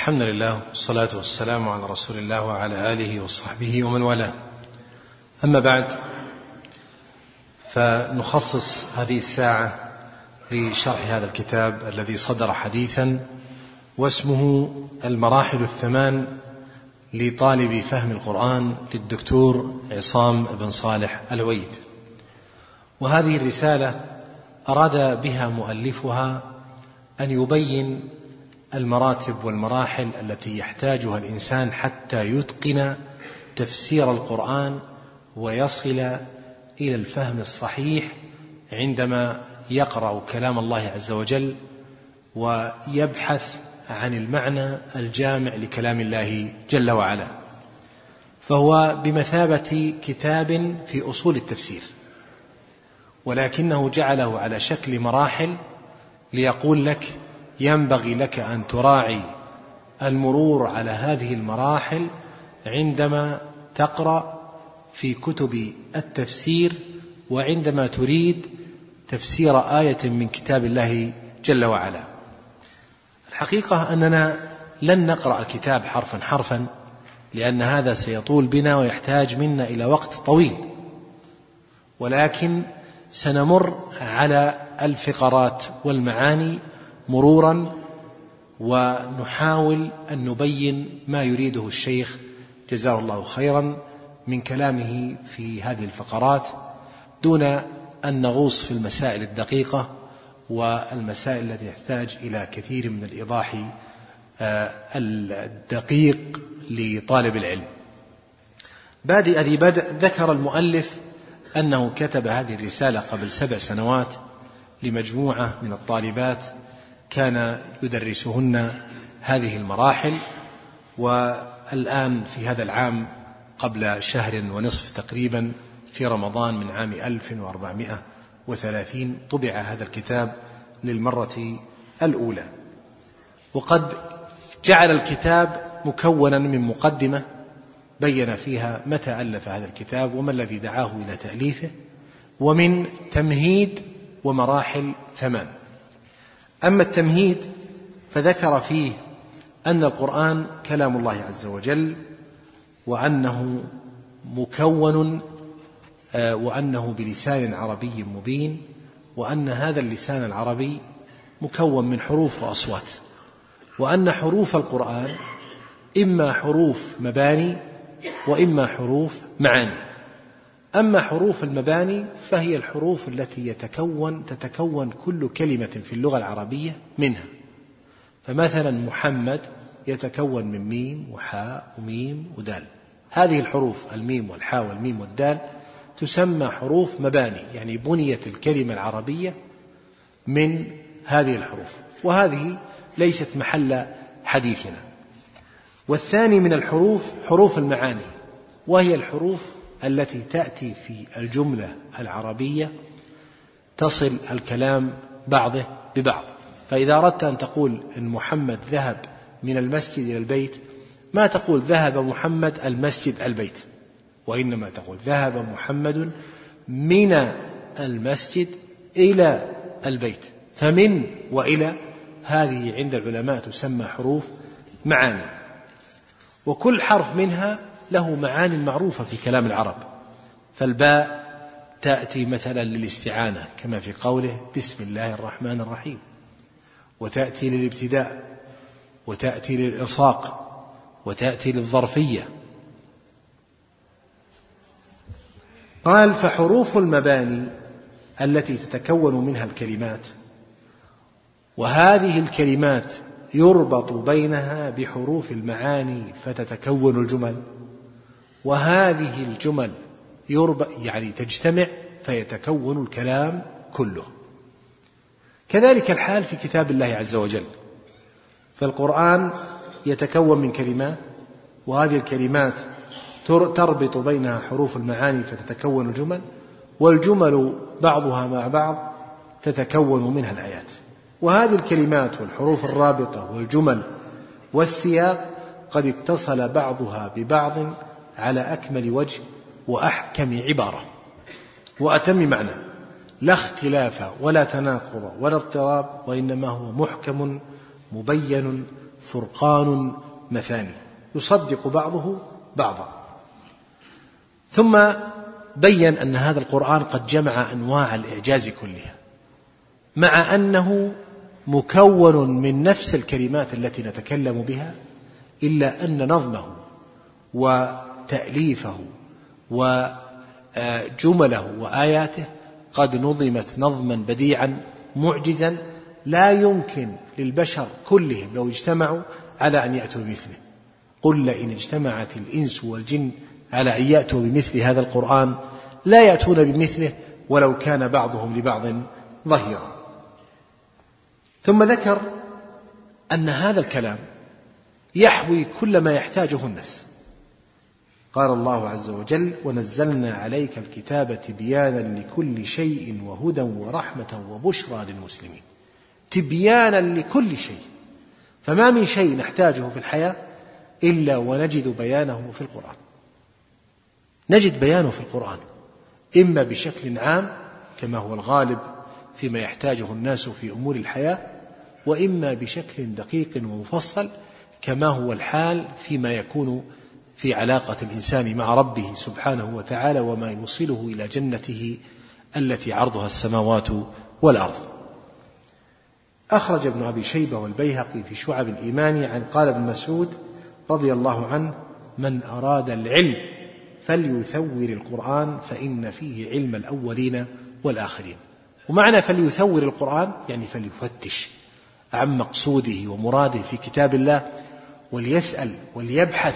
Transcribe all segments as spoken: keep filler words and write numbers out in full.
الحمد لله والصلاة والسلام على رسول الله وعلى آله وصحبه ومن والاه. أما بعد، فنخصص هذه الساعة لشرح هذا الكتاب الذي صدر حديثا واسمه المراحل الثمان لطالب فهم القرآن للدكتور عصام بن صالح العويد. وهذه الرسالة أراد بها مؤلفها أن يبين المراتب والمراحل التي يحتاجها الإنسان حتى يتقن تفسير القرآن ويصل إلى الفهم الصحيح عندما يقرأ كلام الله عز وجل ويبحث عن المعنى الجامع لكلام الله جل وعلا. فهو بمثابة كتاب في أصول التفسير، ولكنه جعله على شكل مراحل ليقول لك ينبغي لك أن تراعي المرور على هذه المراحل عندما تقرأ في كتب التفسير وعندما تريد تفسير آية من كتاب الله جل وعلا. الحقيقة أننا لن نقرأ الكتاب حرفا حرفا، لأن هذا سيطول بنا ويحتاج منا إلى وقت طويل، ولكن سنمر على الفقرات والمعاني مرورا ونحاول أن نبين ما يريده الشيخ جزاه الله خيرا من كلامه في هذه الفقرات، دون أن نغوص في المسائل الدقيقة والمسائل التي تحتاج إلى كثير من الإيضاح الدقيق لطالب العلم. بادئ ذي بدء، ذكر المؤلف أنه كتب هذه الرسالة قبل سبع سنوات لمجموعة من الطالبات كان يدرسهن هذه المراحل، والآن في هذا العام قبل شهر ونصف تقريبا في رمضان من عام ألف وأربعمائة وثلاثين طبع هذا الكتاب للمرة الأولى. وقد جعل الكتاب مكونا من مقدمة بين فيها متى ألف هذا الكتاب وما الذي دعاه إلى تأليفه، ومن تمهيد ومراحل ثمان. أما التمهيد فذكر فيه أن القرآن كلام الله عز وجل، وأنه مكون وأنه بلسان عربي مبين، وأن هذا اللسان العربي مكون من حروف وأصوات، وأن حروف القرآن إما حروف مباني وإما حروف معاني. أما حروف المباني فهي الحروف التي يتكون تتكون كل كلمة في اللغة العربية منها. فمثلا محمد يتكون من ميم وحاء وميم ودال، هذه الحروف الميم والحاء والميم والدال تسمى حروف مباني، يعني بنيت الكلمة العربية من هذه الحروف، وهذه ليست محل حديثنا. والثاني من الحروف حروف المعاني، وهي الحروف التي تأتي في الجملة العربية تصل الكلام بعضه ببعض. فإذا أردت أن تقول إن محمد ذهب من المسجد إلى البيت، ما تقول ذهب محمد المسجد البيت، وإنما تقول ذهب محمد من المسجد إلى البيت. فمن وإلى هذه عند العلماء تسمى حروف معاني، وكل حرف منها له معاني معروفة في كلام العرب. فالباء تأتي مثلا للاستعانة كما في قوله بسم الله الرحمن الرحيم، وتأتي للابتداء، وتأتي للإلصاق، وتأتي للظرفية. قال فحروف المباني التي تتكون منها الكلمات، وهذه الكلمات يربط بينها بحروف المعاني فتتكون الجمل، وهذه الجمل يربط يعني تجتمع فيتكون الكلام كله. كذلك الحال في كتاب الله عز وجل، فالقرآن يتكون من كلمات، وهذه الكلمات تربط بينها حروف المعاني فتتكون الجمل، والجمل بعضها مع بعض تتكون منها الآيات. وهذه الكلمات والحروف الرابطة والجمل والسياق قد اتصل بعضها ببعض على أكمل وجه وأحكم عبارة وأتم معنى، لا اختلاف ولا تناقض ولا اضطراب، وإنما هو محكم مبين فرقان مثاني يصدق بعضه بعضا. ثم بين أن هذا القرآن قد جمع أنواع الإعجاز كلها، مع أنه مكون من نفس الكلمات التي نتكلم بها، إلا أن نظمه وتأليفه وجمله وآياته قد نظمت نظما بديعا معجزا لا يمكن للبشر كلهم لو اجتمعوا على أن يأتوا بمثله. قل لئن اجتمعت الإنس والجن على أن يأتوا بمثل هذا القرآن لا يأتون بمثله ولو كان بعضهم لبعض ظهيرا. ثم ذكر أن هذا الكلام يحوي كل ما يحتاجه الناس. قال الله عز وجل: ونزلنا عليك الكتاب تبيانا لكل شيء وهدى ورحمة وبشرى للمسلمين. تبيانا لكل شيء، فما من شيء نحتاجه في الحياة إلا ونجد بيانه في القرآن. نجد بيانه في القرآن إما بشكل عام كما هو الغالب فيما يحتاجه الناس في أمور الحياة، وإما بشكل دقيق ومفصل كما هو الحال فيما يكون في علاقة الإنسان مع ربه سبحانه وتعالى وما يوصله إلى جنته التي عرضها السماوات والأرض. أخرج ابن أبي شيبة والبيهقي في شعب الإيمان عن قال ابن مسعود رضي الله عنه: من أراد العلم فليثور القرآن فإن فيه علم الأولين والآخرين. ومعنى فليثور القرآن يعني فليفتش عن مقصوده ومراده في كتاب الله، وليسأل وليبحث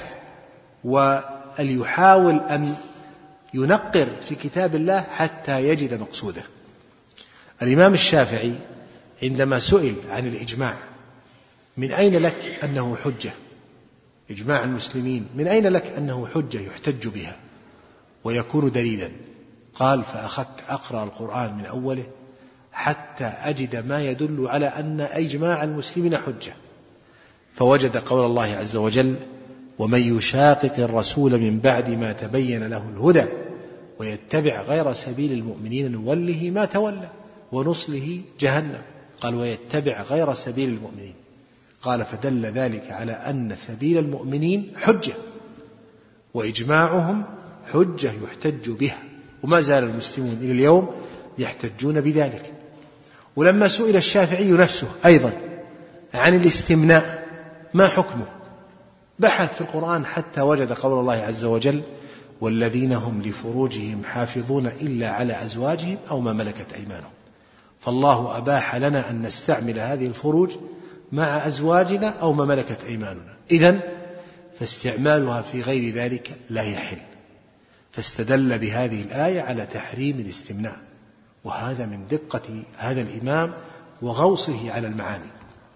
وليحاول أن ينقر في كتاب الله حتى يجد مقصوده. الإمام الشافعي عندما سئل عن الإجماع من أين لك أنه حجة، إجماع المسلمين من أين لك أنه حجة يحتج بها ويكون دليلا، قال: فأخذت أقرأ القرآن من أوله حتى أجد ما يدل على أن إجماع المسلمين حجة، فوجد قول الله عز وجل: ومن يشاقق الرسول من بعد ما تبين له الهدى ويتبع غير سبيل المؤمنين نوله ما تولى ونصله جهنم. قال: ويتبع غير سبيل المؤمنين. قال: فدل ذلك على أن سبيل المؤمنين حجة وإجماعهم حجة يحتج بها، وما زال المسلمون إلى اليوم يحتجون بذلك. ولما سئل الشافعي نفسه أيضا عن الاستمناء ما حكمه، بحث في القرآن حتى وجد قول الله عز وجل: والذين هم لفروجهم حافظون إلا على أزواجهم أو ما ملكت أيمانهم. فالله أباح لنا أن نستعمل هذه الفروج مع أزواجنا أو ما ملكت أيماننا، إذن فاستعمالها في غير ذلك لا يحل. فاستدل بهذه الآية على تحريم الاستمناء، وهذا من دقة هذا الإمام وغوصه على المعاني.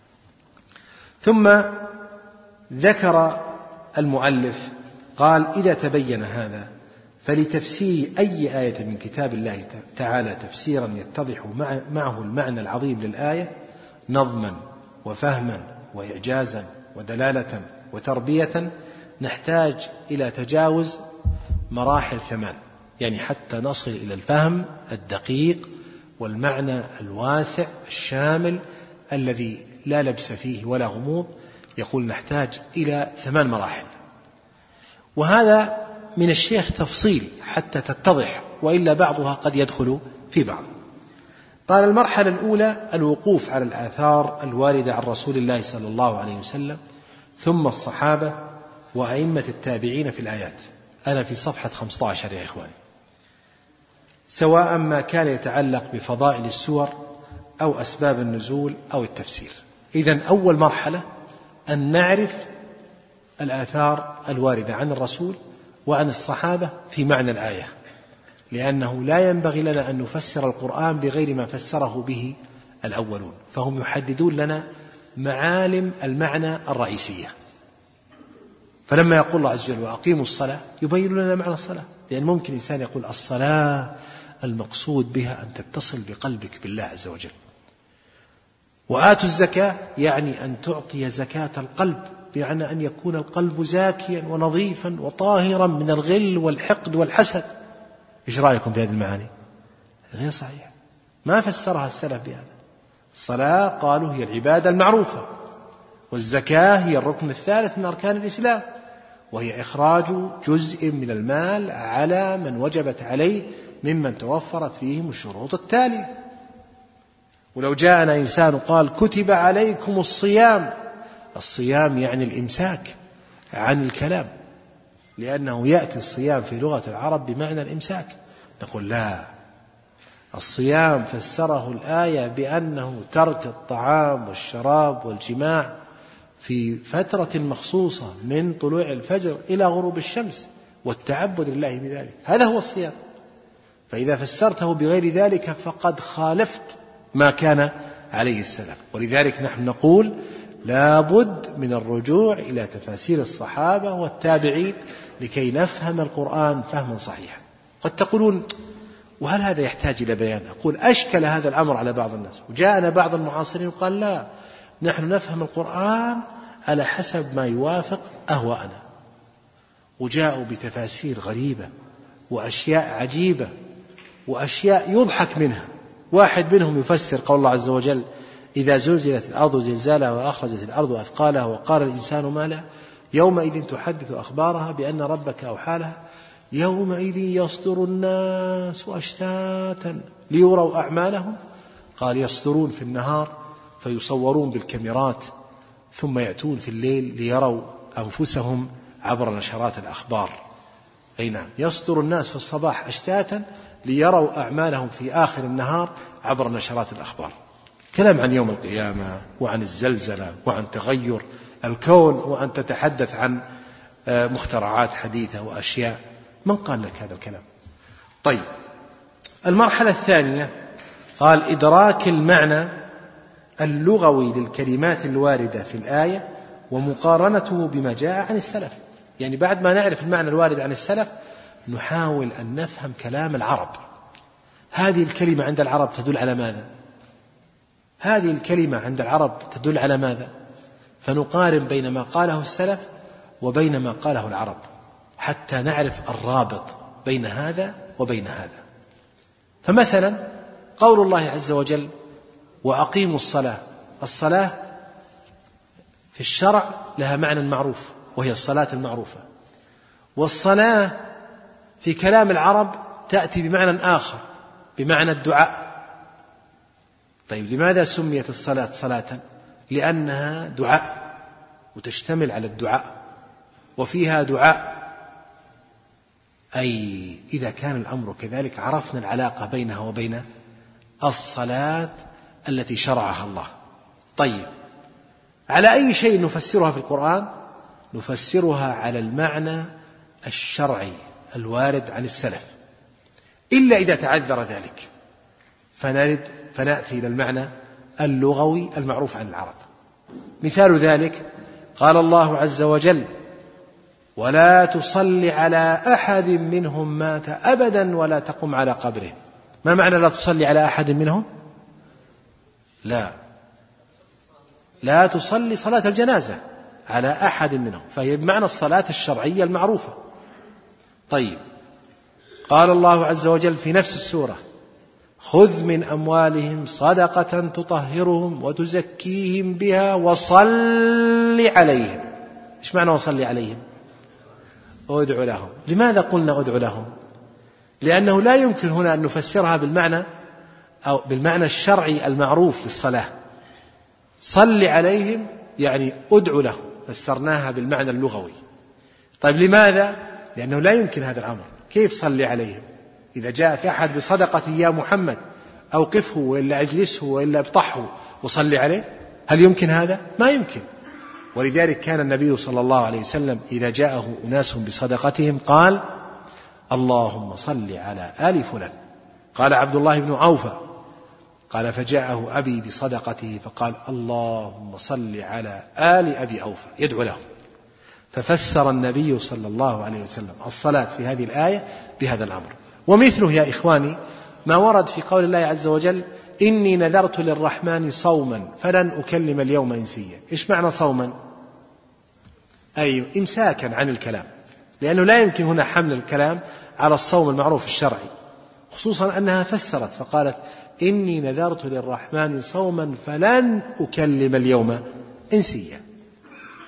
ثم ذكر المؤلف قال: إذا تبين هذا فلتفسير أي آية من كتاب الله تعالى تفسيرا يتضح معه المعنى العظيم للآية نظما وفهما وإعجازا ودلالة وتربية، نحتاج إلى تجاوز مراحل ثمان، يعني حتى نصل إلى الفهم الدقيق والمعنى الواسع الشامل الذي لا لبس فيه ولا غموض. يقول نحتاج إلى ثمان مراحل، وهذا من الشيخ تفصيل حتى تتضح، وإلا بعضها قد يدخل في بعض. قال: المرحلة الأولى الوقوف على الآثار الواردة عن رسول الله صلى الله عليه وسلم، ثم الصحابة وأئمة التابعين في الآيات. أنا في صفحة خمسة عشر يا إخواني، سواء ما كان يتعلق بفضائل السور أو أسباب النزول أو التفسير. إذن أول مرحلة أن نعرف الآثار الواردة عن الرسول وعن الصحابة في معنى الآية، لأنه لا ينبغي لنا أن نفسر القرآن بغير ما فسره به الأولون، فهم يحددون لنا معالم المعنى الرئيسية. فلما يقول الله عز وجل: وأقيموا الصلاة، يبين لنا معنى الصلاة، لأن ممكن إنسان يقول الصلاة المقصود بها أن تتصل بقلبك بالله عز وجل. وآتوا الزكاة يعني أن تعطي زكاة القلب، بمعنى أن يكون القلب زاكيا ونظيفا وطاهرا من الغل والحقد والحسد. إيش رأيكم في هذه المعاني؟ غير صحيح، ما فسرها السلف بهذا. الصلاة قالوا هي العبادة المعروفة، والزكاة هي الركن الثالث من أركان الإسلام، وهي إخراج جزء من المال على من وجبت عليه ممن توفرت فيهم الشروط التالية. ولو جاءنا إنسان قال كتب عليكم الصيام، الصيام يعني الإمساك عن الكلام، لأنه يأتي الصيام في لغة العرب بمعنى الإمساك، نقول لا، الصيام فسره الآية بأنه ترك الطعام والشراب والجماع في فترة مخصوصة من طلوع الفجر إلى غروب الشمس والتعبد لله بذلك، هذا هو الصيام. فإذا فسرته بغير ذلك فقد خالفت ما كان عليه السلف. ولذلك نحن نقول لا بد من الرجوع إلى تفاسير الصحابة والتابعين لكي نفهم القرآن فهما صحيحا. قد تقولون وهل هذا يحتاج إلى بيان؟ أقول أشكل هذا الأمر على بعض الناس، وجاءنا بعض المعاصرين وقال لا، نحن نفهم القرآن على حسب ما يوافق أهواءنا، وجاءوا بتفاسير غريبة وأشياء عجيبة وأشياء يضحك منها. واحد منهم يفسر قول الله عز وجل إذا زلزلت الأرض زلزالها وأخرجت الأرض أثقالها وقال الإنسان ما لها يومئذ تحدث أخبارها بأن ربك أوحى لها يومئذ يصدر الناس أشتاتا ليروا أعمالهم. قال يصدرون في النهار فيصورون بالكاميرات ثم يأتون في الليل ليروا أنفسهم عبر نشرات الأخبار. أي نعم، يصدر الناس في الصباح أشتاتا ليروا أعمالهم في آخر النهار عبر نشرات الأخبار. كلام عن يوم القيامة وعن الزلزلة وعن تغير الكون، وأن تتحدث عن مخترعات حديثة وأشياء. من قال لك هذا الكلام؟ طيب، المرحلة الثانية قال إدراك المعنى اللغوي للكلمات الواردة في الآية ومقارنته بما جاء عن السلف. يعني بعد ما نعرف المعنى الوارد عن السلف نحاول أن نفهم كلام العرب. هذه الكلمة عند العرب تدل على ماذا؟ هذه الكلمة عند العرب تدل على ماذا؟ فنقارن بين ما قاله السلف وبين ما قاله العرب حتى نعرف الرابط بين هذا وبين هذا. فمثلا قول الله عز وجل وأقيموا الصلاة، الصلاة في الشرع لها معنى معروف وهي الصلاة المعروفة، والصلاة في كلام العرب تأتي بمعنى آخر بمعنى الدعاء. طيب، لماذا سميت الصلاة صلاة؟ لأنها دعاء وتشتمل على الدعاء وفيها دعاء. أي إذا كان الأمر كذلك عرفنا العلاقة بينها وبين الصلاة التي شرعها الله. طيب، على أي شيء نفسرها في القرآن؟ نفسرها على المعنى الشرعي الوارد عن السلف، إلا إذا تعذر ذلك فنرد فنأتي إلى المعنى اللغوي المعروف عن العرب. مثال ذلك قال الله عز وجل ولا تصل على أحد منهم مات أبدا ولا تقم على قبره. ما معنى لا تصلي على أحد منهم؟ لا لا تصلي صلاة الجنازة على أحد منهم، فهي بمعنى الصلاة الشرعية المعروفة. طيب، قال الله عز وجل في نفس السورة خذ من أموالهم صدقة تطهرهم وتزكيهم بها وصل عليهم. إيش معنى وصل عليهم؟ أدعو لهم. لماذا قلنا أدعو لهم؟ لأنه لا يمكن هنا أن نفسرها بالمعنى أو بالمعنى الشرعي المعروف للصلاة. صل عليهم يعني أدعو لهم، فسرناها بالمعنى اللغوي. طيب، لماذا؟ لأنه لا يمكن هذا الأمر. كيف صل عليهم؟ إذا جاءك أحد بصدقة يا محمد أوقفه وإلا أجلسه وإلا ابطحه وصل عليه، هل يمكن هذا؟ ما يمكن. ولذلك كان النبي صلى الله عليه وسلم إذا جاءه أناس بصدقتهم قال اللهم صل على آل فلان. قال عبد الله بن عوف قال فجاءه أبي بصدقته فقال اللهم صل على آل أبي أوفى، يدعو لهم. ففسر النبي صلى الله عليه وسلم الصلاة في هذه الآية بهذا الأمر. ومثله يا إخواني ما ورد في قول الله عز وجل إني نذرت للرحمن صوما فلن أكلم اليوم إنسيا. إيش معنى صوما؟ أي إمساكا عن الكلام، لأنه لا يمكن هنا حمل الكلام على الصوم المعروف الشرعي، خصوصا أنها فسرت فقالت إني نذرت للرحمن صوما فلن أكلم اليوم إنسيا.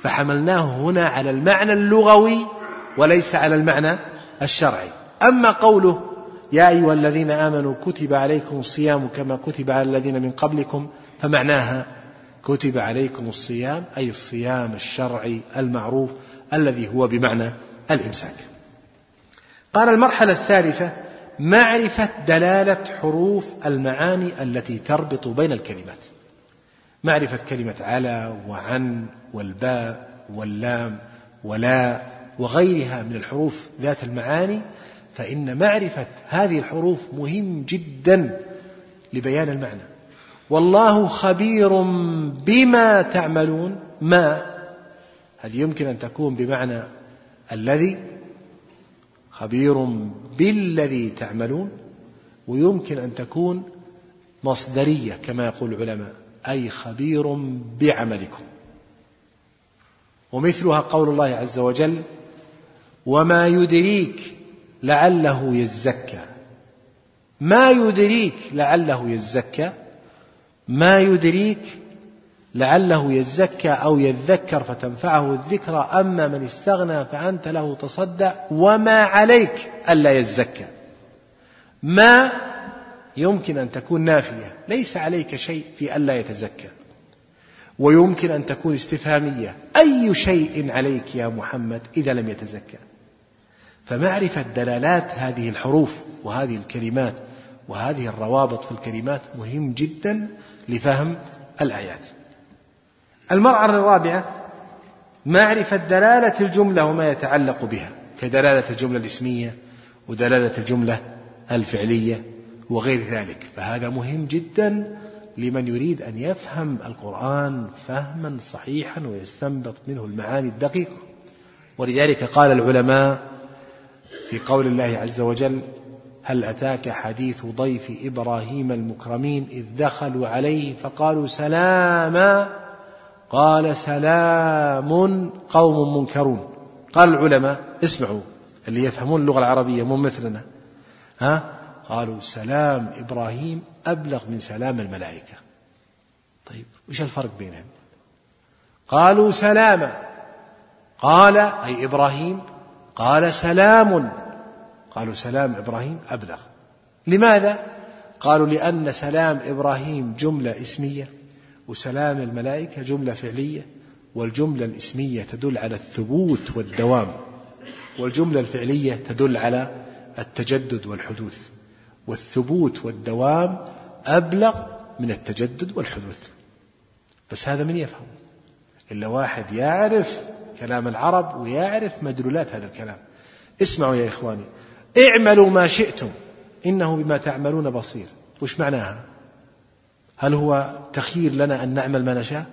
فحملناه هنا على المعنى اللغوي وليس على المعنى الشرعي. أما قوله يا أيها الذين آمنوا كتب عليكم الصيام كما كتب على الذين من قبلكم، فمعناها كتب عليكم الصيام أي الصيام الشرعي المعروف الذي هو بمعنى الإمساك. قال المرحلة الثالثة معرفة دلالة حروف المعاني التي تربط بين الكلمات، معرفة كلمة على وعن والباء واللام ولا وغيرها من الحروف ذات المعاني، فإن معرفة هذه الحروف مهم جدا لبيان المعنى. والله خبير بما تعملون، ما هل يمكن أن تكون بمعنى الذي، خبير بالذي تعملون، ويمكن أن تكون مصدرية كما يقول العلماء أي خبير بعملكم. ومثلها قول الله عز وجل وما يدريك لعله يزكى، ما يدريك لعله يزكى، ما يدريك لعله يزكى أو يذكر فتنفعه الذكرى، أما من استغنى فأنت له تصدى وما عليك ألا يزكى. ما يمكن أن تكون نافية ليس عليك شيء في ألا يتزكى، ويمكن أن تكون استفهامية أي شيء عليك يا محمد إذا لم يتزكى. فمعرفة دلالات هذه الحروف وهذه الكلمات وهذه الروابط في الكلمات مهم جدا لفهم الآيات. المرحلة الرابعة معرفة دلالة الجملة وما يتعلق بها كدلالة الجملة الاسمية ودلالة الجملة الفعلية وغير ذلك، فهذا مهم جدا لمن يريد أن يفهم القرآن فهما صحيحا ويستنبط منه المعاني الدقيقة. ولذلك قال العلماء في قول الله عز وجل هل أتاك حديث ضيف إبراهيم المكرمين إذ دخلوا عليه فقالوا سلاما قال سلام قوم منكرون. قال العلماء اسمعوا اللي يفهمون اللغة العربية مو مثلنا، ها قالوا سلام إبراهيم أبلغ من سلام الملائكة. طيب وش الفرق بينهم؟ قالوا سلاما قال أي إبراهيم، قال سلام قالوا سلام إبراهيم أبلغ. لماذا؟ قالوا لأن سلام إبراهيم جملة اسمية وسلام الملائكة جملة فعلية، والجملة الاسمية تدل على الثبوت والدوام، والجملة الفعلية تدل على التجدد والحدوث، والثبوت والدوام أبلغ من التجدد والحدوث. بس هذا من يفهم؟ إلا واحد يعرف كلام العرب ويعرف مدلولات هذا الكلام. اسمعوا يا إخواني اعملوا ما شئتم إنه بما تعملون بصير. وش معناها؟ هل هو تخيير لنا أن نعمل ما نشاء؟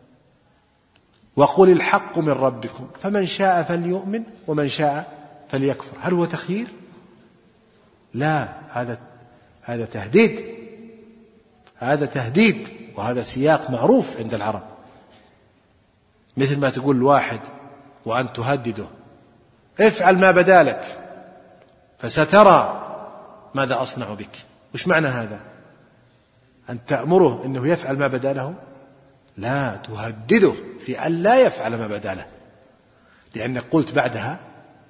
وقل الحق من ربكم فمن شاء فليؤمن ومن شاء فليكفر. هل هو تخيير؟ لا، هذا هذا تهديد، هذا تهديد، وهذا سياق معروف عند العرب. مثل ما تقول الواحد وأن تهدده افعل ما بدا لك فسترى ماذا أصنع بك. وش معنى هذا؟ أن تأمره أنه يفعل ما بدا له؟ لا، تهدده في أن لا يفعل ما بدا له، لأنك قلت بعدها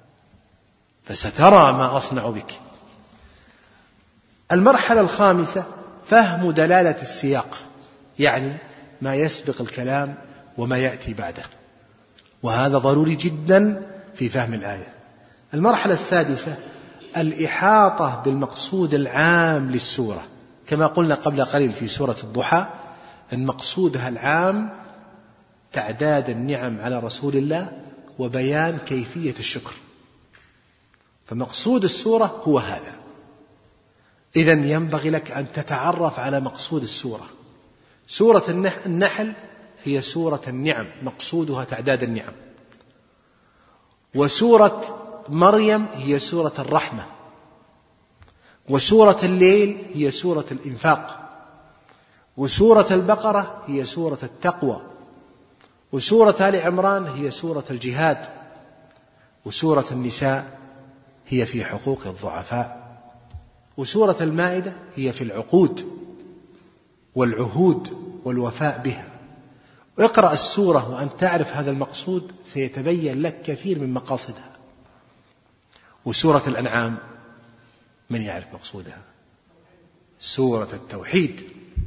فسترى ما أصنع بك. المرحلة الخامسة فهم دلالة السياق، يعني ما يسبق الكلام وما يأتي بعده، وهذا ضروري جدا في فهم الآية. المرحلة السادسة الإحاطة بالمقصود العام للسورة، كما قلنا قبل قليل في سورة الضحى أن مقصودها العام تعداد النعم على رسول الله وبيان كيفية الشكر، فمقصود السورة هو هذا. إذن ينبغي لك أن تتعرف على مقصود السورة. سورة النحل هي سورة النعم، مقصودها تعداد النعم، وسورة مريم هي سورة الرحمة، وسورة الليل هي سورة الإنفاق، وسورة البقرة هي سورة التقوى، وسورة آل عمران هي سورة الجهاد، وسورة النساء هي في حقوق الضعفاء، وسورة المائدة هي في العقود والعهود والوفاء بها، اقرأ السورة وأن تعرف هذا المقصود سيتبين لك كثير من مقاصدها. وسورة الأنعام من يعرف مقصودها؟ سورة التوحيد،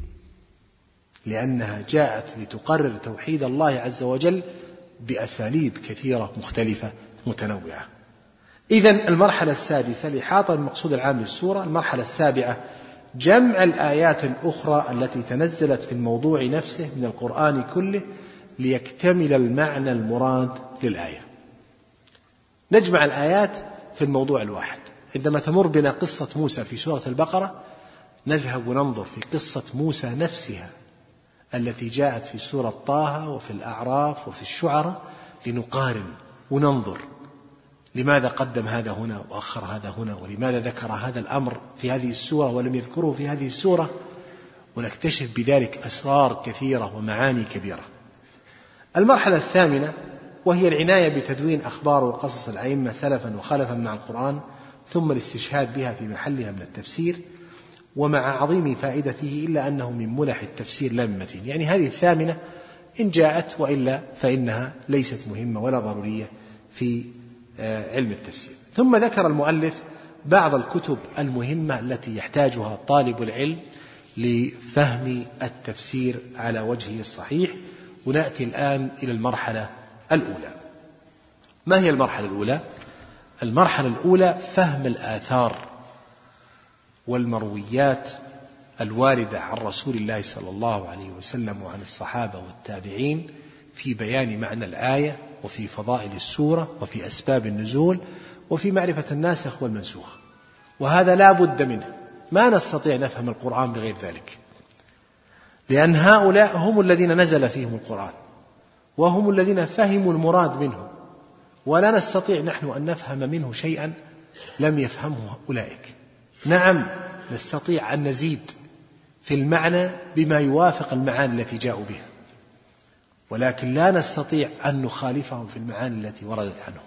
لأنها جاءت لتقرر توحيد الله عز وجل بأساليب كثيرة مختلفة متنوعة. إذن المرحلة السادسة لإحاطة المقصود العام للسورة. المرحلة السابعة جمع الآيات الأخرى التي تنزلت في الموضوع نفسه من القرآن كله ليكتمل المعنى المراد للآية. نجمع الآيات في الموضوع الواحد. عندما تمر بنا قصة موسى في سورة البقرة نذهب وننظر في قصة موسى نفسها التي جاءت في سورة طه وفي الأعراف وفي الشعراء، لنقارن وننظر لماذا قدم هذا هنا وأخر هذا هنا، ولماذا ذكر هذا الأمر في هذه السورة ولم يذكره في هذه السورة، ونكتشف بذلك أسرار كثيرة ومعاني كبيرة. المرحلة الثامنة وهي العناية بتدوين أخبار وقصص الأئمة سلفا وخلفا مع القرآن، ثم الاستشهاد بها في محلها من التفسير، ومع عظيم فائدته إلا أنه من ملح التفسير لا من متين. يعني هذه الثامنة إن جاءت، وإلا فإنها ليست مهمة ولا ضرورية في علم التفسير. ثم ذكر المؤلف بعض الكتب المهمة التي يحتاجها طالب العلم لفهم التفسير على وجهه الصحيح. ونأتي الآن إلى المرحلة الأولى. ما هي المرحلة الأولى؟ المرحلة الأولى فهم الآثار والمرويات الواردة عن رسول الله صلى الله عليه وسلم وعن الصحابة والتابعين في بيان معنى الآية، وفي فضائل السورة، وفي أسباب النزول، وفي معرفة الناسخ والمنسوخ. وهذا لا بد منه، ما نستطيع نفهم القرآن بغير ذلك، لأن هؤلاء هم الذين نزل فيهم القرآن، وهم الذين فهموا المراد منه، ولا نستطيع نحن أن نفهم منه شيئا لم يفهمه أولئك. نعم نستطيع أن نزيد في المعنى بما يوافق المعاني التي جاءوا بها، ولكن لا نستطيع أن نخالفهم في المعاني التي وردت عنه.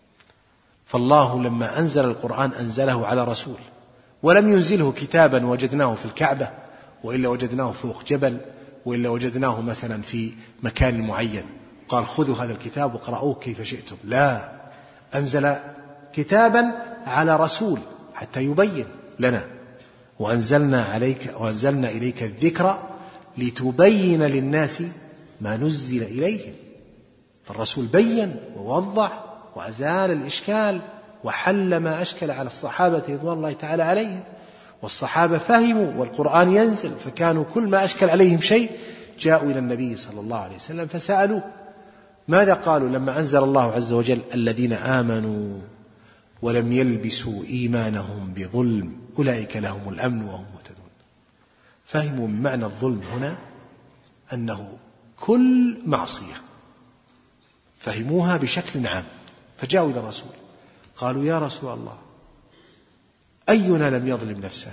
فالله لما أنزل القرآن أنزله على رسول، ولم ينزله كتابا وجدناه في الكعبة، وإلا وجدناه فوق جبل، وإلا وجدناه مثلا في مكان معين قال خذوا هذا الكتاب وقرأوه كيف شئتم. لا، أنزل كتابا على رسول حتى يبين لنا. وأنزلنا عليك وأنزلنا إليك الذكر لتبين للناس ما نزل إليهم. فالرسول بين ووضح وأزال الإشكال وحل ما أشكل على الصحابة رضوان الله تعالى عليهم، والصحابة فهموا والقرآن ينزل، فكانوا كل ما أشكل عليهم شيء جاءوا إلى النبي صلى الله عليه وسلم فسألوه. ماذا قالوا لما أنزل الله عز وجل الذين آمنوا ولم يلبسوا إيمانهم بظلم أولئك لهم الأمن وهم مهتدون؟ فهموا من معنى الظلم هنا أنه كل معصية، فهموها بشكل عام، فجاءوا إلى الرسول قالوا يا رسول الله أينا لم يظلم نفسه؟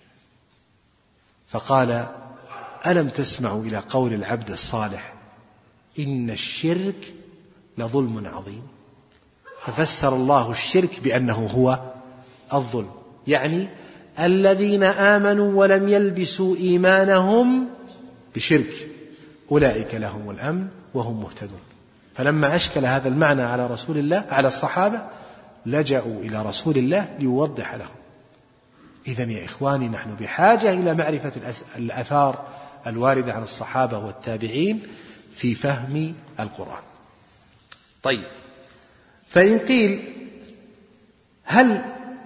فقال ألم تسمعوا إلى قول العبد الصالح إن الشرك لظلم عظيم؟ ففسر الله الشرك بأنه هو الظلم، يعني الذين آمنوا ولم يلبسوا إيمانهم بشرك أولئك لهم الأمن وهم مهتدون. فلما أشكل هذا المعنى على رسول الله على الصحابة لجأوا إلى رسول الله ليوضح لهم. إذن يا إخواني نحن بحاجة إلى معرفة الآثار الواردة عن الصحابة والتابعين في فهم القرآن. طيب، فإن قيل هل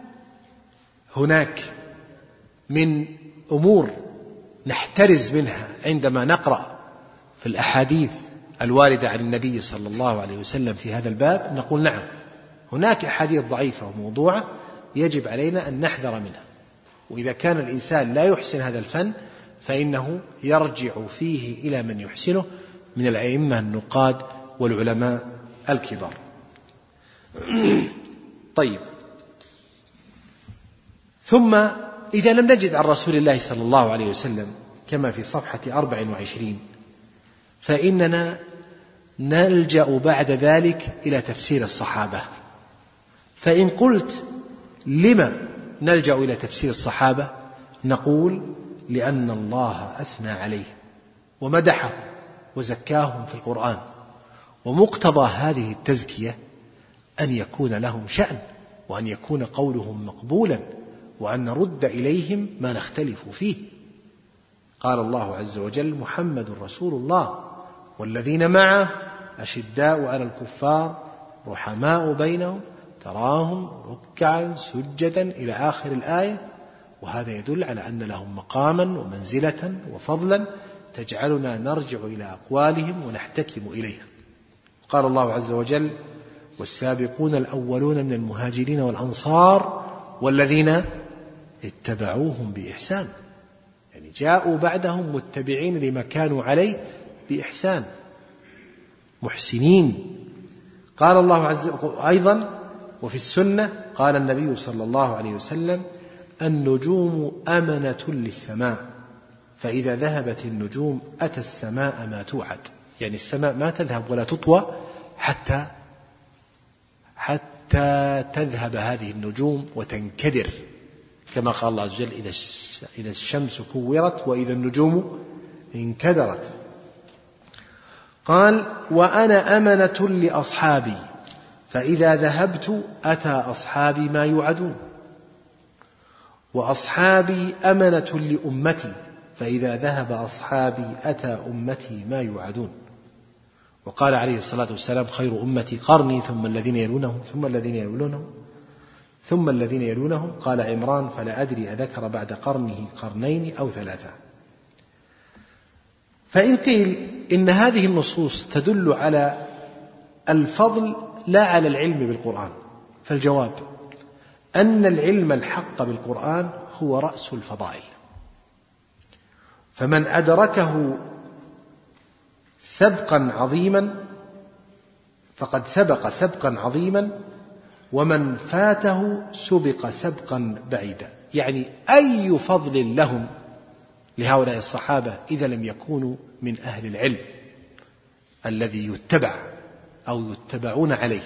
هناك من أمور نحترز منها عندما نقرأ في الأحاديث الواردة عن النبي صلى الله عليه وسلم في هذا الباب؟ نقول نعم، هناك أحاديث ضعيفة وموضوعة يجب علينا أن نحذر منها. وإذا كان الإنسان لا يحسن هذا الفن فإنه يرجع فيه إلى من يحسنه من الأئمة النقاد والعلماء الكبار. طيب، ثم إذا لم نجد عن رسول الله صلى الله عليه وسلم كما في صفحة أربع وعشرين فإننا نلجأ بعد ذلك إلى تفسير الصحابة. فإن قلت لما نلجأ إلى تفسير الصحابة؟ نقول لأن الله أثنى عليه ومدحه وزكاهم في القرآن. ومقتضى هذه التزكية أن يكون لهم شأن، وأن يكون قولهم مقبولا، وأن نرد إليهم ما نختلف فيه. قال الله عز وجل: محمد رسول الله والذين معه أشداء على الكفار رحماء بينهم تراهم ركعا سجدا إلى آخر الآية. وهذا يدل على أن لهم مقاما ومنزلة وفضلا تجعلنا نرجع إلى أقوالهم ونحتكم إليها. قال الله عز وجل: والسابقون الأولون من المهاجرين والأنصار والذين اتبعوهم بإحسان، يعني جاءوا بعدهم متبعين لما كانوا عليه بإحسان محسنين. قال الله عز وجل أيضا: وفي السنة قال النبي صلى الله عليه وسلم: النجوم أمنة للسماء، فإذا ذهبت النجوم أتى السماء ما توعد. يعني السماء ما تذهب ولا تطوى حتى حتى تذهب هذه النجوم وتنكدر، كما قال الله عز وجل: إذا الشمس كورت وإذا النجوم انكدرت. قال: وأنا أمنة لأصحابي، فإذا ذهبت أتى أصحابي ما يوعدون، وأصحابي أمنة لأمتي، فإذا ذهب أصحابي أتى أمتي ما يوعدون. وقال عليه الصلاة والسلام: خير أمتي قرني ثم الذين يلونهم ثم الذين يلونهم ثم الذين يلونهم. قال عمران: فلا أدري أذكر بعد قرنه قرنين أو ثلاثة. فإن قيل إن هذه النصوص تدل على الفضل لا على العلم بالقرآن، فالجواب أن العلم الحق بالقرآن هو رأس الفضائل، فمن أدركه سبقا عظيما فقد سبق سبقا عظيما، ومن فاته سبق سبقا بعيدا. يعني أي فضل لهم لهؤلاء الصحابة إذا لم يكونوا من أهل العلم الذي يتبع أو يتبعون عليه.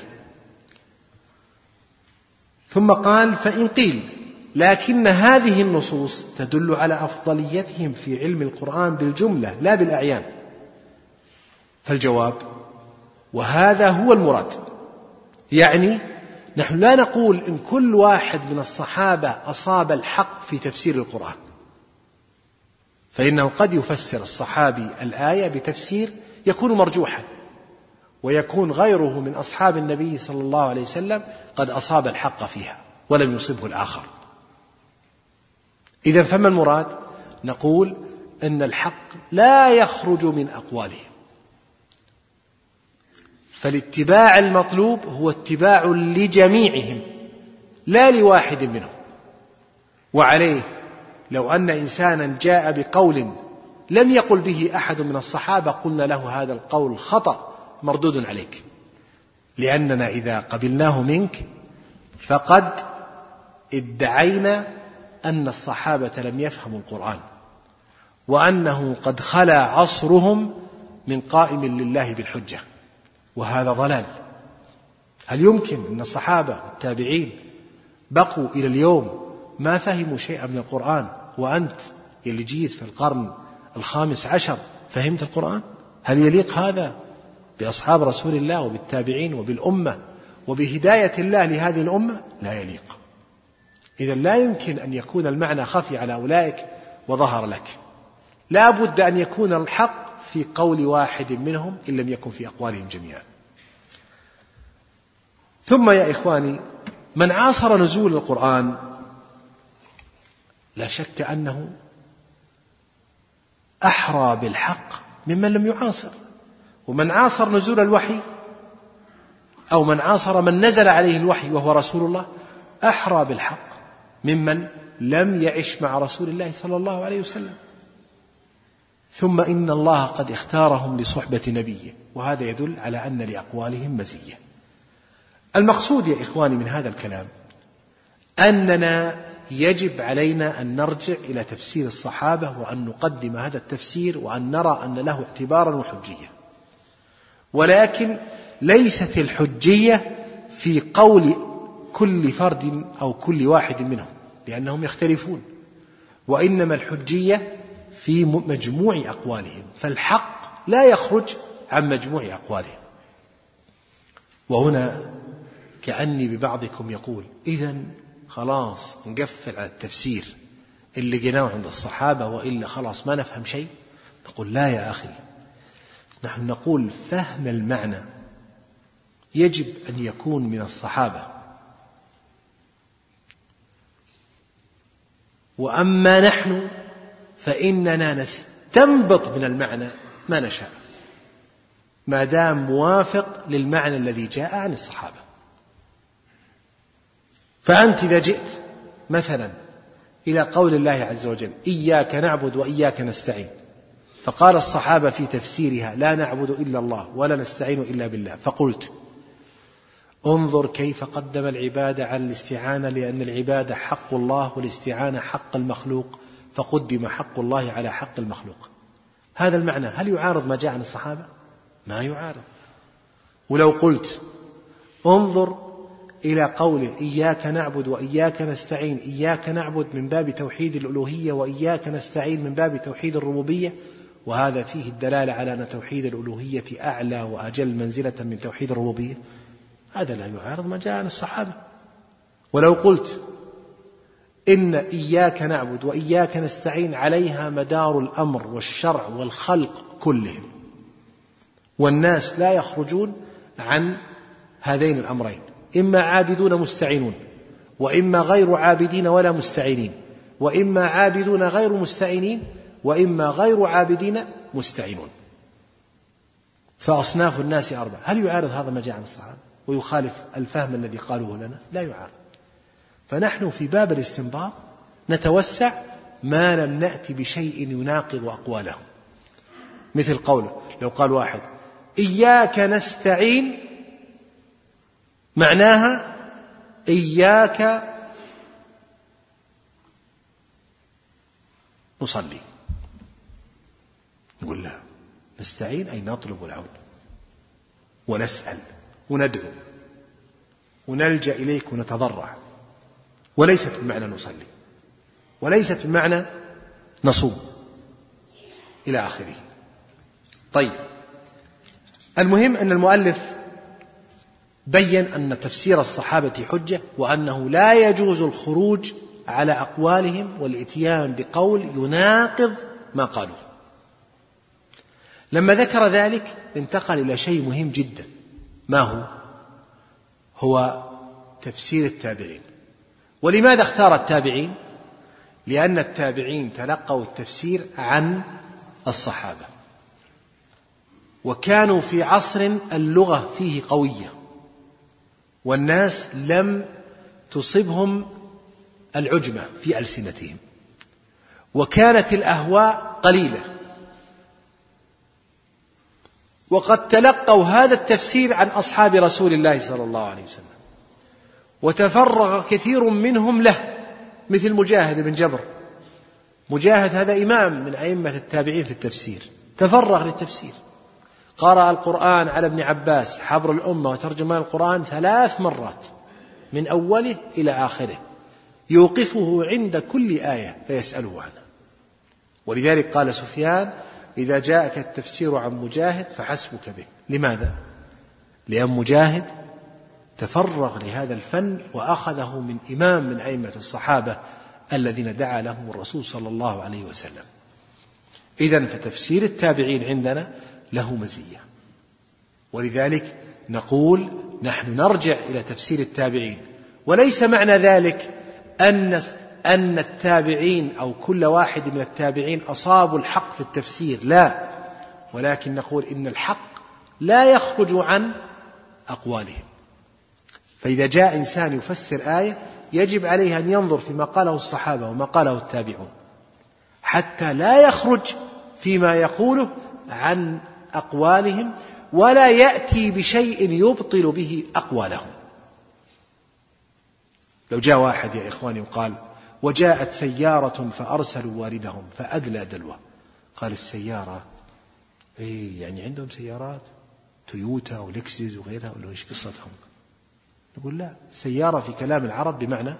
ثم قال: فإن قيل لكن هذه النصوص تدل على أفضليتهم في علم القرآن بالجملة لا بالأعيان، فالجواب: وهذا هو المراد. يعني نحن لا نقول إن كل واحد من الصحابة أصاب الحق في تفسير القرآن، فإنه قد يفسر الصحابي الآية بتفسير يكون مرجوحا، ويكون غيره من أصحاب النبي صلى الله عليه وسلم قد أصاب الحق فيها ولم يصبه الآخر. إذن فما المراد؟ نقول إن الحق لا يخرج من أقوالهم، فالاتباع المطلوب هو اتباع لجميعهم لا لواحد منهم. وعليه لو أن إنسانا جاء بقول لم يقل به أحد من الصحابة قلنا له هذا القول خطأ مردود عليك، لأننا إذا قبلناه منك فقد ادعينا أن الصحابة لم يفهموا القرآن، وأنه قد خلا عصرهم من قائم لله بالحجة، وهذا ضلال. هل يمكن أن الصحابة والتابعين بقوا إلى اليوم ما فهموا شيئا من القرآن، وأنت اللي جيت في القرن الخامس عشر فهمت القرآن؟ هل يليق هذا بأصحاب رسول الله وبالتابعين وبالأمة وبهداية الله لهذه الأمة؟ لا يليق. إذن لا يمكن أن يكون المعنى خفي على أولئك وظهر لك، لا بد أن يكون الحق في قول واحد منهم إن لم يكن في أقوالهم جميعا. ثم يا إخواني، من عاصر نزول القرآن لا شك أنه أحرى بالحق ممن لم يعاصر، ومن عاصر نزول الوحي أو من عاصر من نزل عليه الوحي وهو رسول الله أحرى بالحق ممن لم يعش مع رسول الله صلى الله عليه وسلم. ثم إن الله قد اختارهم لصحبة نبيه، وهذا يدل على أن لأقوالهم مزية. المقصود يا إخواني من هذا الكلام أننا يجب علينا أن نرجع إلى تفسير الصحابة وأن نقدم هذا التفسير وأن نرى أن له اعتبارا وحجية، ولكن ليست الحجية في قول كل فرد أو كل واحد منهم لأنهم يختلفون، وإنما الحجية في مجموع أقوالهم. فالحق لا يخرج عن مجموع أقوالهم. وهنا كأني ببعضكم يقول إذن خلاص نقفل على التفسير اللي جناه عند الصحابة وإلا خلاص ما نفهم شيء. نقول لا يا أخي، نحن نقول فهم المعنى يجب أن يكون من الصحابة، وأما نحن فإننا نستنبط من المعنى ما نشاء ما دام موافق للمعنى الذي جاء عن الصحابة. فأنت إذا جئت مثلا إلى قول الله عز وجل إياك نعبد وإياك نستعين، فقال الصحابة في تفسيرها لا نعبد إلا الله ولا نستعين إلا بالله، فقلت انظر كيف قدم العبادة على الاستعانة، لأن العبادة حق الله والاستعانة حق المخلوق، فقدم حق الله على حق المخلوق. هذا المعنى هل يعارض ما جاء عن الصحابة؟ ما يعارض. ولو قلت انظر إلى قوله إياك نعبد وإياك نستعين، إياك نعبد من باب توحيد الألوهية وإياك نستعين من باب توحيد الربوبية، وهذا فيه الدلالة على أن توحيد الألوهية أعلى وأجل منزلة من توحيد الربوبية، هذا لا يعارض ما جاء عن الصحابة. ولو قلت إن إياك نعبد وإياك نستعين عليها مدار الأمر والشرع والخلق كلهم، والناس لا يخرجون عن هذين الأمرين، إما عابدون مستعينون وإما غير عابدين ولا مستعينين، وإما عابدون غير مستعينين وإما غير عابدين مستعينون، فأصناف الناس أربعة. هل يعارض هذا ما جاء عن الصحابة ويخالف الفهم الذي قالوه لنا؟ لا يعارض. فنحن في باب الاستنباط نتوسع ما لم نأتي بشيء يناقض أقوالهم، مثل قوله لو قال واحد إياك نستعين معناها إياك نصلي، نقول لا، نستعين أي نطلب العون ونسأل وندعو ونلجأ إليك ونتضرع، وليست بمعنى نصلي وليست بمعنى نصوم إلى آخره. طيب، المهم أن المؤلف بين أن تفسير الصحابة حجة، وأنه لا يجوز الخروج على أقوالهم والإتيان بقول يناقض ما قالوه. لما ذكر ذلك انتقل إلى شيء مهم جدا، ما هو؟ هو تفسير التابعين. ولماذا اختار التابعين؟ لأن التابعين تلقوا التفسير عن الصحابة، وكانوا في عصر اللغة فيه قوية، والناس لم تصبهم العجمة في ألسنتهم، وكانت الأهواء قليلة، وقد تلقوا هذا التفسير عن أصحاب رسول الله صلى الله عليه وسلم، وتفرغ كثير منهم له، مثل مجاهد بن جبر. مجاهد هذا إمام من أئمة التابعين في التفسير، تفرغ للتفسير، قرأ القرآن على ابن عباس حبر الأمة وترجمان القرآن ثلاث مرات من أوله إلى آخره، يوقفه عند كل آية فيسأله عنها. ولذلك قال سفيان إذا جاءك التفسير عن مجاهد فحسبك به. لماذا؟ لأن مجاهد تفرغ لهذا الفن وأخذه من إمام من أئمة الصحابة الذين دعا لهم الرسول صلى الله عليه وسلم. إذن فتفسير التابعين عندنا له مزية، ولذلك نقول نحن نرجع إلى تفسير التابعين، وليس معنى ذلك أن أن التابعين أو كل واحد من التابعين أصابوا الحق في التفسير، لا، ولكن نقول إن الحق لا يخرج عن أقوالهم. فإذا جاء إنسان يفسر آية يجب عليه أن ينظر فيما قاله الصحابة وما قاله التابعون، حتى لا يخرج فيما يقوله عن أقوالهم، ولا يأتي بشيء يبطل به أقوالهم. لو جاء واحد يا إخواني وقال وجاءت سيارة فأرسلوا واردهم فأدلى دلوه، قال السيارة إيه يعني عندهم سيارات تويوتا ولكسس وغيرها، ولا إيش قصتهم؟ نقول لا، سيارة في كلام العرب بمعنى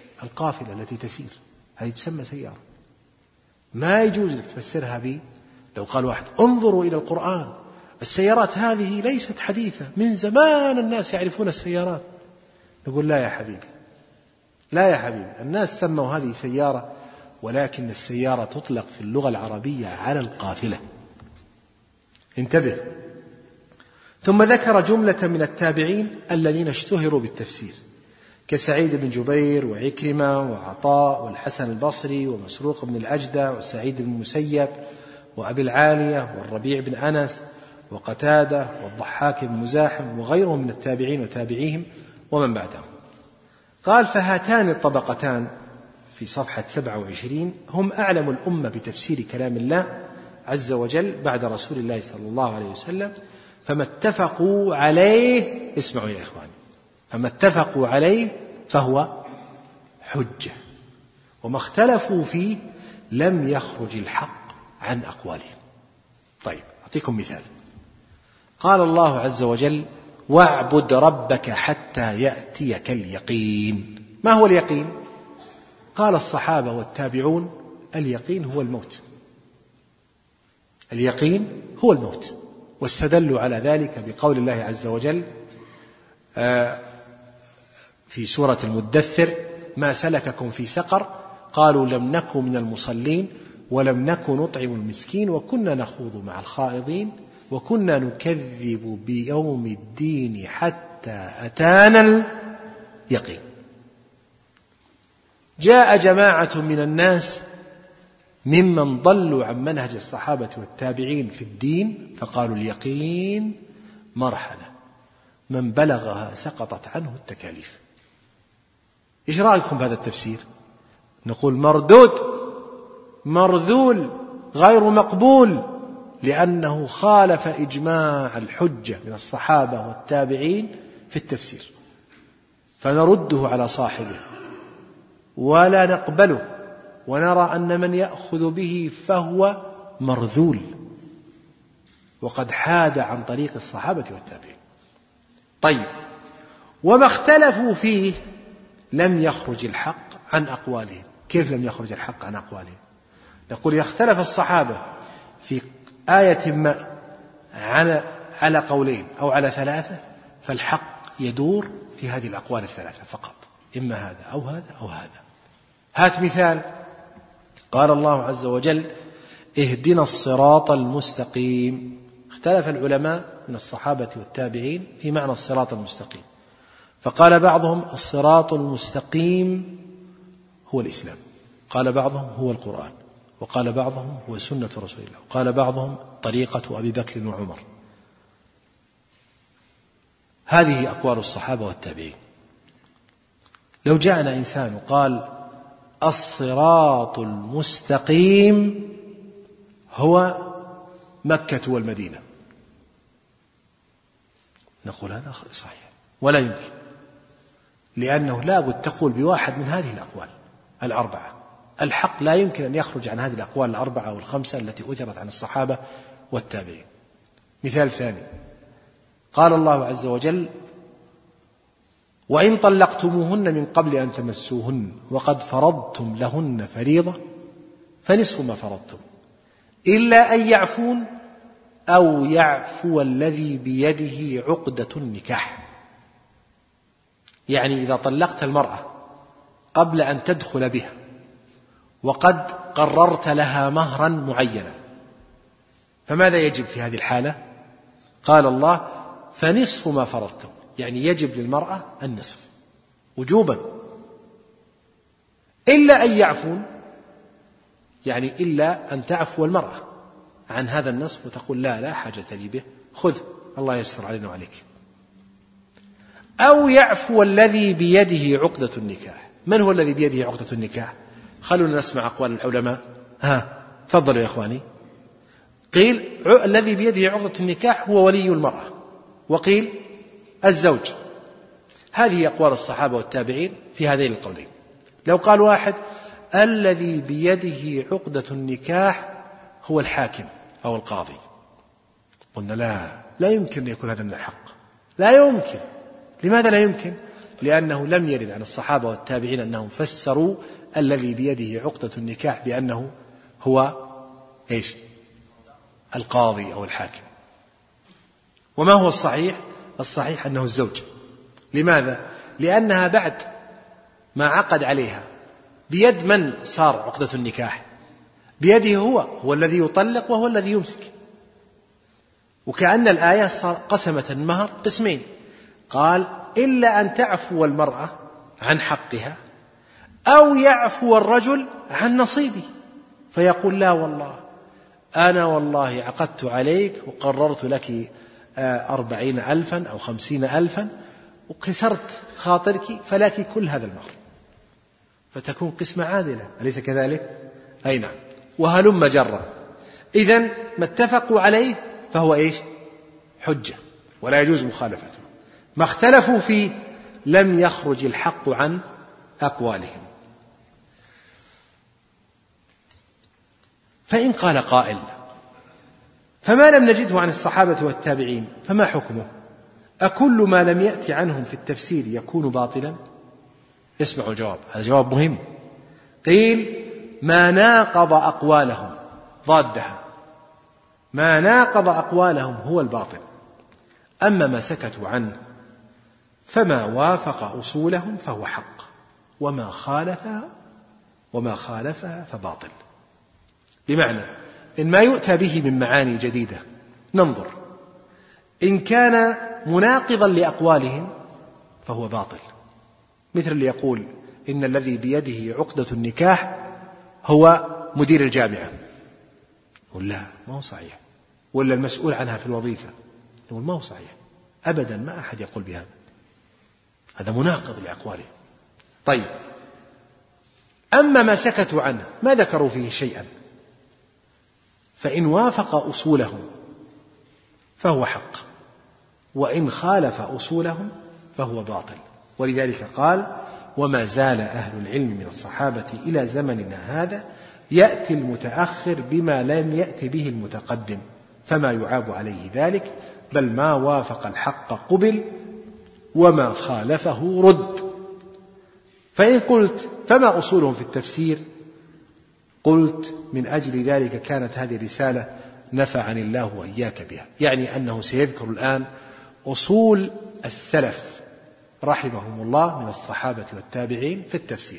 القافلة التي تسير، هذه تسمى سيارة. ما يجوز لك تفسرها لو قال واحد انظروا إلى القرآن، السيارات هذه ليست حديثة، من زمان الناس يعرفون السيارات، نقول لا يا حبيبي، لا يا حبيبي، الناس سموا هذه سيارة، ولكن السيارة تطلق في اللغة العربية على القافلة. انتبه. ثم ذكر جملة من التابعين الذين اشتهروا بالتفسير كسعيد بن جبير وعكرمة وعطاء والحسن البصري ومسروق بن الأجدع وسعيد بن المسيب وأبي العالية والربيع بن أنس وقتادة والضحاك بن مزاحم وغيرهم من التابعين وتابعيهم ومن بعدهم. قال فهاتان الطبقتان في صفحة سبعة وعشرين هم أعلم الأمة بتفسير كلام الله عز وجل بعد رسول الله صلى الله عليه وسلم، فما اتفقوا عليه، اسمعوا يا إخواني، فما اتفقوا عليه فهو حجة، وما اختلفوا فيه لم يخرج الحق عن أقوالهم. طيب أعطيكم مثال. قال الله عز وجل واعبد ربك حتى يأتيك اليقين. ما هو اليقين؟ قال الصحابة والتابعون اليقين هو الموت، اليقين هو الموت، واستدلوا على ذلك بقول الله عز وجل في سورة المدثر ما سلككم في سقر قالوا لم نكن من المصلين ولم نكن نطعم المسكين وكنا نخوض مع الخائضين وكنا نكذب بيوم الدين حتى أتانا اليقين. جاء جماعة من الناس ممن ضلوا عن منهج الصحابة والتابعين في الدين فقالوا اليقين مرحلة من بلغها سقطت عنه التكاليف. إيش رأيكم بهذا التفسير؟ نقول مردود مرذول غير مقبول، لأنه خالف إجماع الحجة من الصحابة والتابعين في التفسير، فنرده على صاحبه ولا نقبله، ونرى أن من يأخذ به فهو مرذول وقد حاد عن طريق الصحابة والتابعين. طيب وما اختلفوا فيه لم يخرج الحق عن أقوالهم. كيف لم يخرج الحق عن أقوالهم؟ نقول يختلف الصحابة في آية ما على على قولين أو على ثلاثة، فالحق يدور في هذه الأقوال الثلاثة فقط، إما هذا أو هذا أو هذا. هات مثال. قال الله عز وجل اهدنا الصراط المستقيم. اختلف العلماء من الصحابة والتابعين في معنى الصراط المستقيم، فقال بعضهم الصراط المستقيم هو الإسلام، قال بعضهم هو القرآن، وقال بعضهم هو سنة رسول الله، وقال بعضهم طريقة أبي بكر وعمر. هذه أقوال الصحابة والتابعين. لو جاءنا إنسان وقال الصراط المستقيم هو مكة والمدينة، نقول هذا صحيح ولا يمكن، لأنه لا بد تقول بواحد من هذه الأقوال الأربعة. الحق لا يمكن أن يخرج عن هذه الأقوال الأربعة والخمسة التي أثرت عن الصحابة والتابعين. مثال ثاني. قال الله عز وجل وإن طلقتموهن من قبل أن تمسوهن وقد فرضتم لهن فريضة فنصف ما فرضتم إلا أن يعفون أو يعفو الذي بيده عقدة النكاح. يعني إذا طلقت المرأة قبل أن تدخل بها وقد قررت لها مهرا معينا، فماذا يجب في هذه الحالة؟ قال الله فنصف ما فرضتم، يعني يجب للمرأة النصف وجوبا، إلا أن يعفون، يعني إلا أن تعفو المرأة عن هذا النصف وتقول لا لا حاجة لي به، خذ الله يسر علينا وعليك. أو يعفو الذي بيده عقدة النكاح. من هو الذي بيده عقدة النكاح؟ خلونا نسمع أقوال العلماء. ها تفضلوا يا إخواني. قيل الذي بيده عقدة النكاح هو ولي المرأة، وقيل الزوج. هذه أقوال الصحابة والتابعين في هذين القولين. لو قال واحد الذي بيده عقدة النكاح هو الحاكم أو القاضي، قلنا لا لا يمكن أن يكون هذا من الحق، لا يمكن. لماذا لا يمكن؟ لأنه لم يرد عن الصحابة والتابعين أنهم فسروا الذي بيده عقدة النكاح بأنه هو إيش؟ القاضي أو الحاكم. وما هو الصحيح؟ الصحيح أنه الزوج. لماذا؟ لأنها بعد ما عقد عليها بيد من صار عقدة النكاح؟ بيده هو، هو الذي يطلق وهو الذي يمسك. وكأن الآية قسمت المهر قسمين، قال إلا أن تعفو المرأة عن حقها أو يعفو الرجل عن نصيبه، فيقول لا والله أنا والله عقدت عليك وقررت لك أربعين ألفا أو خمسين ألفا وكسرت خاطرك فلك كل هذا المهر، فتكون قسمة عادلة، أليس كذلك؟ أي نعم. وهلم جرا. إذن ما اتفقوا عليه فهو إيش؟ حجة ولا يجوز مخالفته. ما اختلفوا فيه لم يخرج الحق عن أقوالهم. فإن قال قائل فما لم نجده عن الصحابة والتابعين فما حكمه؟ أكل ما لم يأتي عنهم في التفسير يكون باطلا؟ اسمعوا الجواب، هذا جواب مهم. قيل ما ناقض أقوالهم ضادها، ما ناقض أقوالهم هو الباطل، أما ما سكتوا عنه فما وافق أصولهم فهو حق، وما خالفها وما خالفها فباطل. بمعنى إن ما يؤتى به من معاني جديدة ننظر، إن كان مناقضا لأقوالهم فهو باطل، مثل اللي يقول إن الذي بيده عقدة النكاح هو مدير الجامعة، يقول لا ما هو صحيح، ولا المسؤول عنها في الوظيفة، يقول ما هو صحيح أبدا، ما أحد يقول بهذا، هذا مناقض لأقوالهم. طيب أما ما سكتوا عنه ما ذكروا فيه شيئا، فإن وافق أصولهم فهو حق، وإن خالف أصولهم فهو باطل. ولذلك قال وما زال أهل العلم من الصحابة إلى زمننا هذا يأتي المتأخر بما لم يأتي به المتقدم، فما يعاب عليه ذلك، بل ما وافق الحق قبل وما خالفه رد. فإن قلت فما أصولهم في التفسير؟ قلت من أجل ذلك كانت هذه الرسالة نفعني الله وإياك بها، يعني أنه سيذكر الآن أصول السلف رحمهم الله من الصحابة والتابعين في التفسير.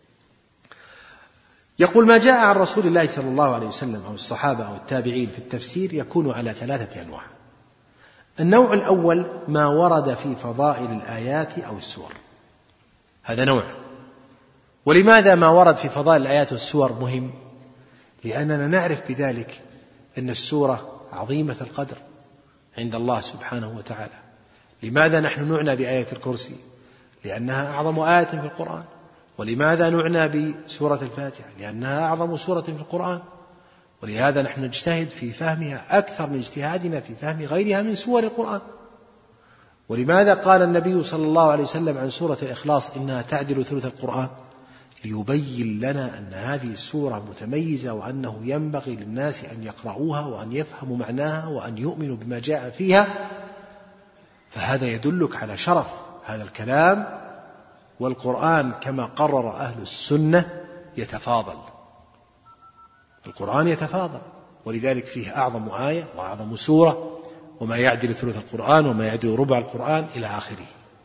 يقول ما جاء عن رسول الله صلى الله عليه وسلم أو الصحابة أو التابعين في التفسير يكون على ثلاثة أنواع. النوع الأول ما ورد في فضائل الآيات أو السور، هذا نوع. ولماذا ما ورد في فضائل الآيات والسور مهم؟ لأننا نعرف بذلك أن السورة عظيمة القدر عند الله سبحانه وتعالى. لماذا نحن نعنى بآية الكرسي؟ لأنها أعظم آية في القرآن. ولماذا نعنى بسورة الفاتحة؟ لأنها أعظم سورة في القرآن. ولهذا نحن نجتهد في فهمها أكثر من اجتهادنا في فهم غيرها من سور القرآن. ولماذا قال النبي صلى الله عليه وسلم عن سورة الإخلاص إنها تعدل ثلث القرآن؟ ليبين لنا أن هذه السورة متميزة، وأنه ينبغي للناس أن يقرؤوها وأن يفهموا معناها وأن يؤمنوا بما جاء فيها. فهذا يدلك على شرف هذا الكلام. والقرآن كما قرر أهل السنة يتفاضل، القرآن يتفاضل، ولذلك فيه أعظم آية وأعظم سورة، وما يعدل ثلث القرآن وما يعدل ربع القرآن إلى آخره.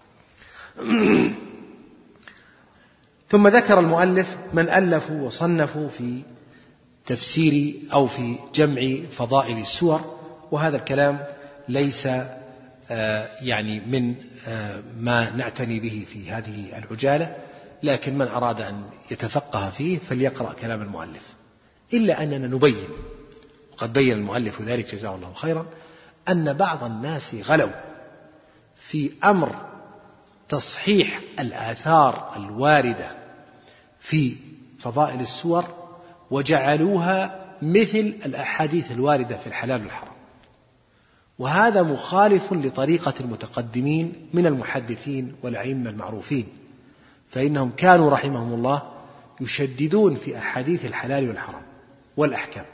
ثم ذكر المؤلف من ألفوا وصنفوا في تفسير أو في جمع فضائل السور، وهذا الكلام ليس يعني من ما نعتني به في هذه العجالة، لكن من أراد أن يتفقه فيه فليقرأ كلام المؤلف. إلا أننا نبين، وقد بين المؤلف ذلك جزاه الله خيرا، أن بعض الناس غلوا في أمر تصحيح الآثار الواردة في فضائل السور، وجعلوها مثل الأحاديث الواردة في الحلال والحرام، وهذا مخالف لطريقة المتقدمين من المحدثين والأئمة المعروفين، فإنهم كانوا رحمهم الله يشددون في أحاديث الحلال والحرام والأحكام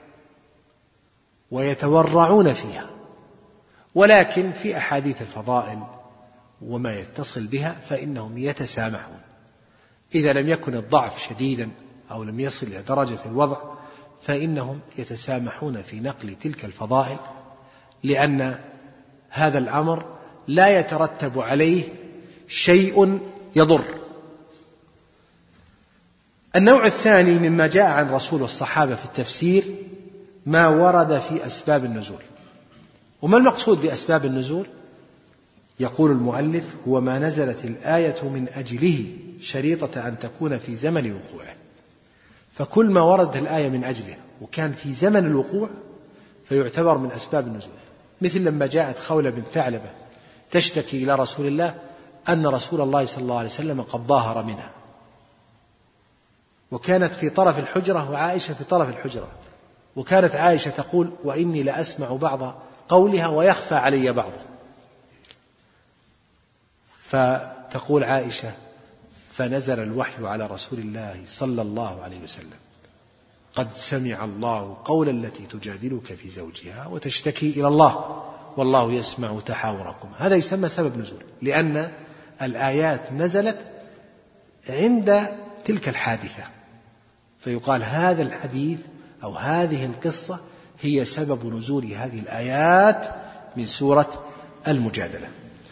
ويتورعون فيها، ولكن في أحاديث الفضائل وما يتصل بها فإنهم يتسامحون. إذا لم يكن الضعف شديدا أو لم يصل إلى درجة الوضع فإنهم يتسامحون في نقل تلك الفضائل، لأن هذا الأمر لا يترتب عليه شيء يضر. النوع الثاني مما جاء عن رسول والصحابة في التفسير ما ورد في أسباب النزول. وما المقصود بأسباب النزول؟ يقول المؤلف: هو ما نزلت الآية من أجله شريطة أن تكون في زمن وقوعه. فكل ما وردت الآية من أجله وكان في زمن الوقوع فيعتبر من أسباب النزول، مثل لما جاءت خولة بنت ثعلبة تشتكي إلى رسول الله أن رسول الله صلى الله عليه وسلم قد ظاهر منها، وكانت في طرف الحجرة وعائشة في طرف الحجرة، وكانت عائشة تقول: وإني لأسمع بعض قولها ويخفى علي بعضه. فتقول عائشة: فنزل الوحي على رسول الله صلى الله عليه وسلم: قد سمع الله قول التي تجادلك في زوجها وتشتكي إلى الله والله يسمع تحاوركم. هذا يسمى سبب نزول، لأن الآيات نزلت عند تلك الحادثة، فيقال هذا الحديث أو هذه القصة هي سبب نزول هذه الآيات من سورة المجادلة.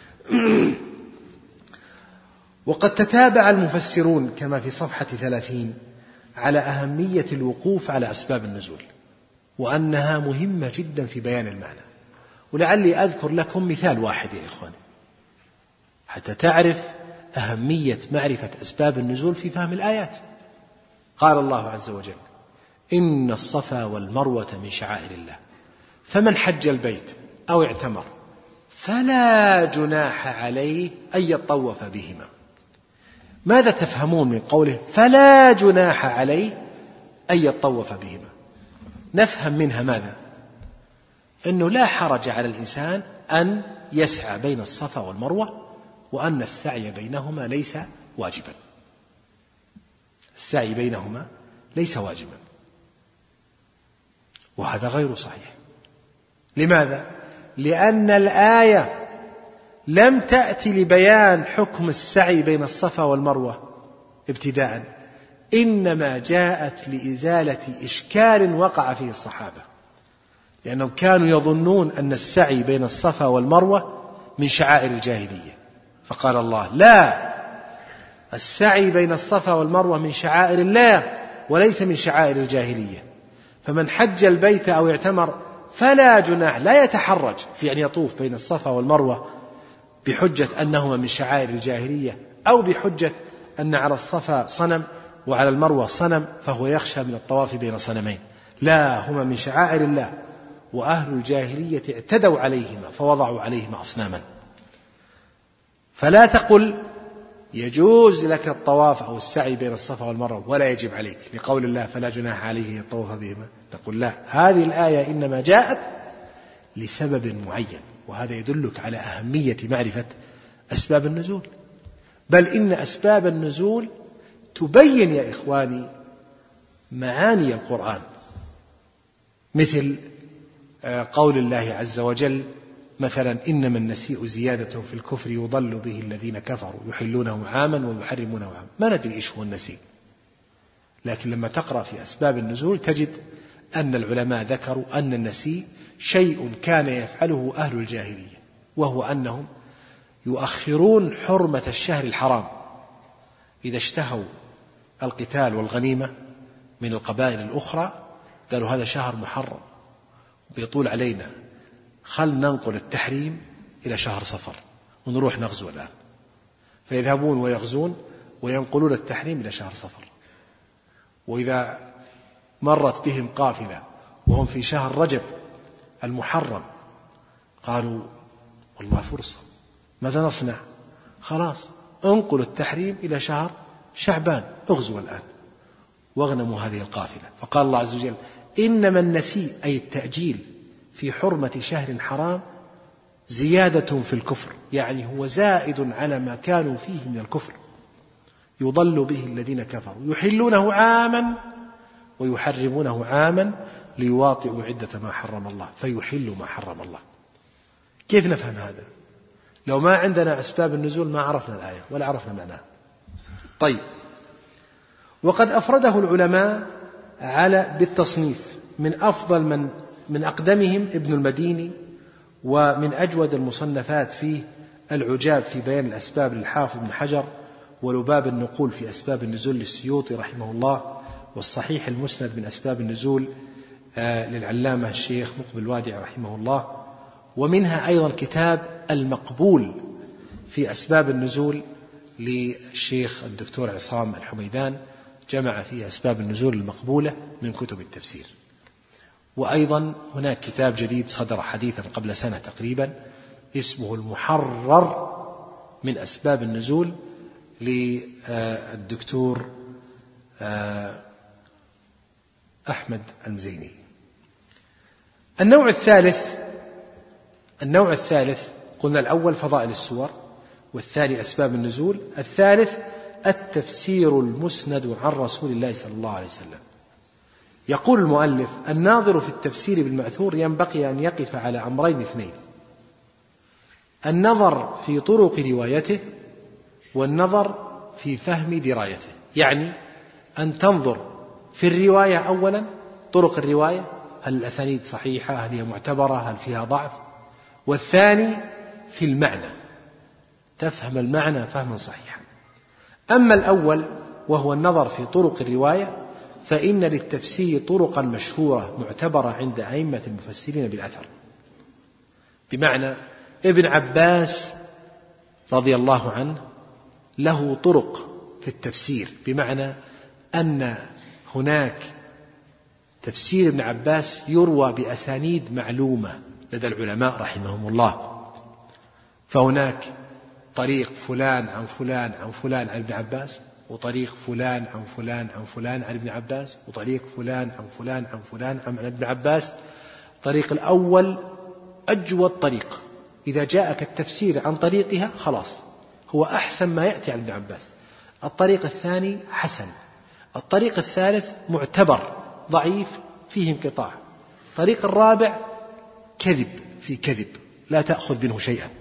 وقد تتابع المفسرون كما في صفحة ثلاثين على أهمية الوقوف على أسباب النزول، وأنها مهمة جدا في بيان المعنى. ولعلي أذكر لكم مثال واحد يا إخواني حتى تعرف أهمية معرفة أسباب النزول في فهم الآيات. قال الله عز وجل: إن الصفا والمروة من شعائر الله فمن حج البيت أو اعتمر فلا جناح عليه أن يطوف بهما. ماذا تفهمون من قوله فلا جناح عليه أن يطوف بهما؟ نفهم منها ماذا؟ أنه لا حرج على الإنسان أن يسعى بين الصفا والمروة، وأن السعي بينهما ليس واجبا. السعي بينهما ليس واجبا، وهذا غير صحيح. لماذا؟ لأن الآية لم تأتي لبيان حكم السعي بين الصفا والمروة ابتداء، إنما جاءت لإزالة إشكال وقع فيه الصحابة، لأنهم كانوا يظنون أن السعي بين الصفا والمروة من شعائر الجاهلية، فقال الله: لا، السعي بين الصفا والمروة من شعائر الله وليس من شعائر الجاهلية. فمن حج البيت أو اعتمر فلا جناح، لا يتحرج في أن يطوف بين الصفا والمروة بحجة أنهما من شعائر الجاهلية، أو بحجة أن على الصفا صنم وعلى المروة صنم فهو يخشى من الطواف بين صنمين. لا، هما من شعائر الله، وأهل الجاهلية اعتدوا عليهما فوضعوا عليهما أصناما. فلا تقل يجوز لك الطواف أو السعي بين الصفا والمروة ولا يجب عليك لقول الله فلا جناح عليه الطواف بهما. نقول لا، هذه الآية إنما جاءت لسبب معين، وهذا يدلك على أهمية معرفة أسباب النزول. بل إن أسباب النزول تبين يا إخواني معاني القرآن، مثل قول الله عز وجل مثلا: إنما النسيء زيادة في الكفر يضل به الذين كفروا يحلونه عاما ويحرمونه عاما. ما ندري إيش هو النسيء، لكن لما تقرأ في أسباب النزول تجد أن العلماء ذكروا أن النسيء شيء كان يفعله أهل الجاهلية، وهو أنهم يؤخرون حرمة الشهر الحرام. إذا اشتهوا القتال والغنيمة من القبائل الأخرى قالوا هذا شهر محرم بيطول علينا، خل ننقل التحريم إلى شهر صفر ونروح نغزو الآن، فيذهبون ويغزون وينقلون التحريم إلى شهر صفر. وإذا مرت بهم قافلة وهم في شهر رجب المحرم قالوا والله فرصة، ماذا نصنع؟ خلاص انقلوا التحريم إلى شهر شعبان، اغزوا الآن، واغنموا هذه القافلة. فقال الله عز وجل: إنما النسيء أي التأجيل في حرمة شهر حرام زيادة في الكفر، يعني هو زائد على ما كانوا فيه من الكفر، يضل به الذين كفروا يحلونه عاما ويحرمونه عاما ليواطئوا عدة ما حرم الله فيحلوا ما حرم الله. كيف نفهم هذا؟ لو ما عندنا أسباب النزول ما عرفنا الآية ولا عرفنا معناها. طيب، وقد أفرده العلماء على بالتصنيف من أفضل من من أقدمهم ابن المديني، ومن أجود المصنفات فيه العجاب في بيان الأسباب للحافظ بن حجر، ولباب النقول في أسباب النزول للسيوطي رحمه الله، والصحيح المسند من أسباب النزول للعلامة الشيخ مقبل الوادع رحمه الله. ومنها أيضا كتاب المقبول في أسباب النزول للشيخ الدكتور عصام الحميدان، جمع فيه أسباب النزول المقبولة من كتب التفسير. وأيضا هناك كتاب جديد صدر حديثا قبل سنة تقريبا اسمه المحرر من أسباب النزول للدكتور أحمد المزيني. النوع الثالث النوع الثالث قلنا الأول فضائل السور، والثاني أسباب النزول، الثالث التفسير المسند عن رسول الله صلى الله عليه وسلم. يقول المؤلف: الناظر في التفسير بالمأثور ينبغي أن يقف على أمرين اثنين: النظر في طرق روايته، والنظر في فهم درايته. يعني أن تنظر في الرواية أولا، طرق الرواية، هل الأسانيد صحيحة، هل هي معتبرة، هل فيها ضعف. والثاني في المعنى، تفهم المعنى فهما صحيحا. أما الأول وهو النظر في طرق الرواية فإن للتفسير طرقا مشهورة معتبرة عند أئمة المفسرين بالأثر. بمعنى ابن عباس رضي الله عنه له طرق في التفسير، بمعنى أن هناك تفسير ابن عباس يروى بأسانيد معلومة لدى العلماء رحمهم الله، فهناك طريق فلان عن فلان عن فلان عن ابن عباس، وطريق فلان عن فلان عن فلان عن ابن عباس، وطريق فلان عن فلان عن فلان عن ابن عباس. الطريق الأول أجود طريق، إذا جاءك التفسير عن طريقها خلاص هو أحسن ما يأتي عن ابن عباس. الطريق الثاني حسن، الطريق الثالث معتبر ضعيف فيه انقطاع، الطريق الرابع كذب في كذب لا تأخذ منه شيئا.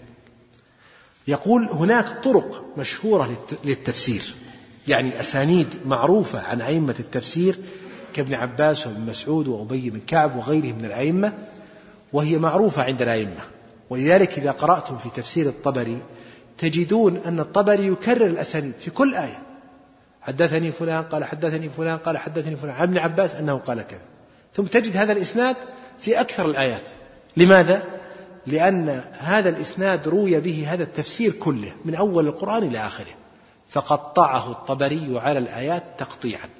يقول هناك طرق مشهورة للتفسير، يعني أسانيد معروفة عن أئمة التفسير كابن عباس وابن مسعود وأبي بن كعب وغيرهم من الأئمة، وهي معروفة عند الأئمة. ولذلك إذا قرأتم في تفسير الطبري تجدون أن الطبري يكرر الأسانيد في كل آية: حدثني فلان قال حدثني فلان قال حدثني فلان عن ابن عباس أنه قال كذا، ثم تجد هذا الإسناد في أكثر الآيات. لماذا؟ لأن هذا الإسناد روي به هذا التفسير كله من أول القرآن إلى آخره، فقطعه الطبري على الآيات تقطيعا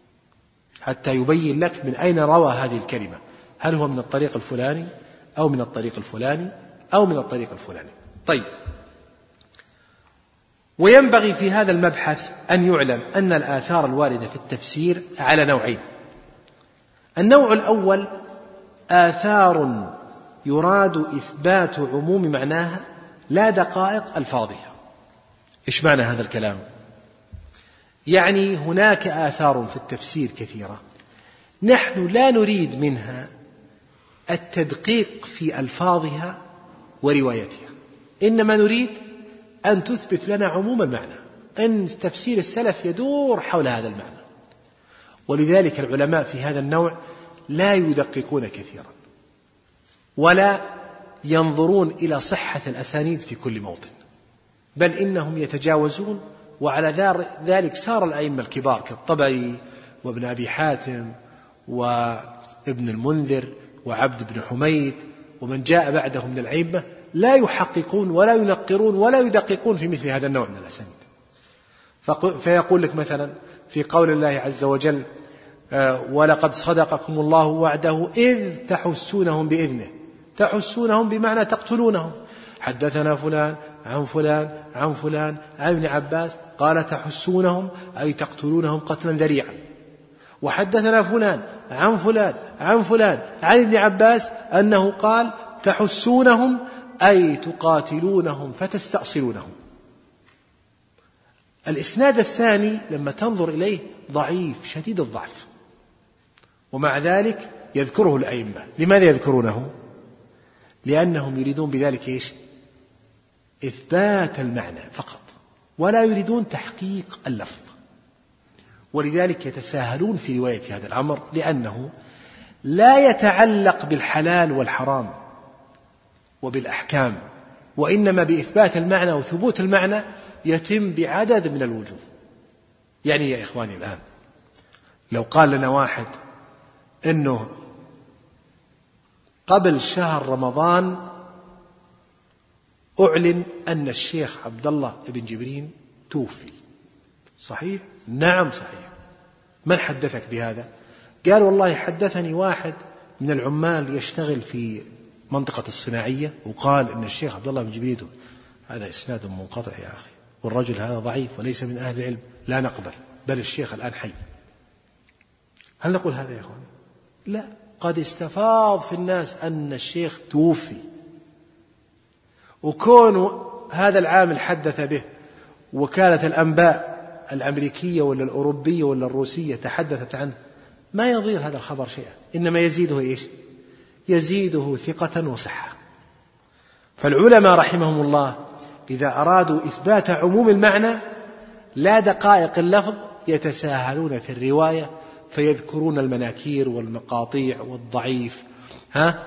حتى يبين لك من أين روى هذه الكلمة، هل هو من الطريق الفلاني أو من الطريق الفلاني أو من الطريق الفلاني. طيب، وينبغي في هذا المبحث أن يعلم أن الآثار الواردة في التفسير على نوعين: النوع الأول آثار يراد إثبات عموم معناها لا دقائق ألفاظها. إيش معنى هذا الكلام؟ يعني هناك آثار في التفسير كثيرة نحن لا نريد منها التدقيق في ألفاظها وروايتها، إنما نريد أن تثبت لنا عموم المعنى، أن تفسير السلف يدور حول هذا المعنى. ولذلك العلماء في هذا النوع لا يدققون كثيرا ولا ينظرون إلى صحة الأسانيد في كل موطن، بل إنهم يتجاوزون. وعلى ذلك صار الأئمة الكبار كالطبري وابن أبي حاتم وابن المنذر وعبد بن حميد ومن جاء بعدهم من الأئمة لا يحققون ولا ينقرون ولا يدققون في مثل هذا النوع من الأسانيد. فيقول لك مثلا في قول الله عز وجل: ولقد صدقكم الله وعده إذ تحسونهم بإذنه. تحسونهم بمعنى تقتلونهم. حدثنا فلان عن فلان عن فلان عن ابن عباس قال تحسونهم أي تقتلونهم قتلا ذريعا. وحدثنا فلان عن فلان عن فلان عن ابن عباس أنه قال تحسونهم أي تقاتلونهم فتستأصلونهم. الإسناد الثاني لما تنظر إليه ضعيف شديد الضعف، ومع ذلك يذكره الأئمة. لماذا يذكرونه؟ لأنهم يريدون بذلك إيش؟ إثبات المعنى فقط، ولا يريدون تحقيق اللفظ. ولذلك يتساهلون في رواية هذا الأمر، لأنه لا يتعلق بالحلال والحرام وبالأحكام، وإنما بإثبات المعنى وثبوت المعنى يتم بعدد من الوجوه. يعني يا إخواني الآن لو قال لنا واحد إنه قبل شهر رمضان أعلن أن الشيخ عبد الله بن جبرين توفي، صحيح؟ نعم صحيح. من حدثك بهذا؟ قال والله حدثني واحد من العمال يشتغل في منطقة الصناعية وقال إن الشيخ عبد الله بن جبرين توفي. هذا إسناد منقطع يا أخي، والرجل هذا ضعيف وليس من أهل العلم، لا نقبل، بل الشيخ الآن حي. هل نقول هذا يا أخوان؟ لا، قد استفاض في الناس أن الشيخ توفي، وكون هذا العامل حدث به وكالة الأنباء الأمريكية ولا الأوروبية ولا الروسية تحدثت عنه ما يضير هذا الخبر شيئا، إنما يزيده إيش؟ يزيده ثقة وصحة. فالعلماء رحمهم الله إذا أرادوا إثبات عموم المعنى لا دقائق اللفظ يتساهلون في الرواية فيذكرون المناكير والمقاطيع والضعيف ها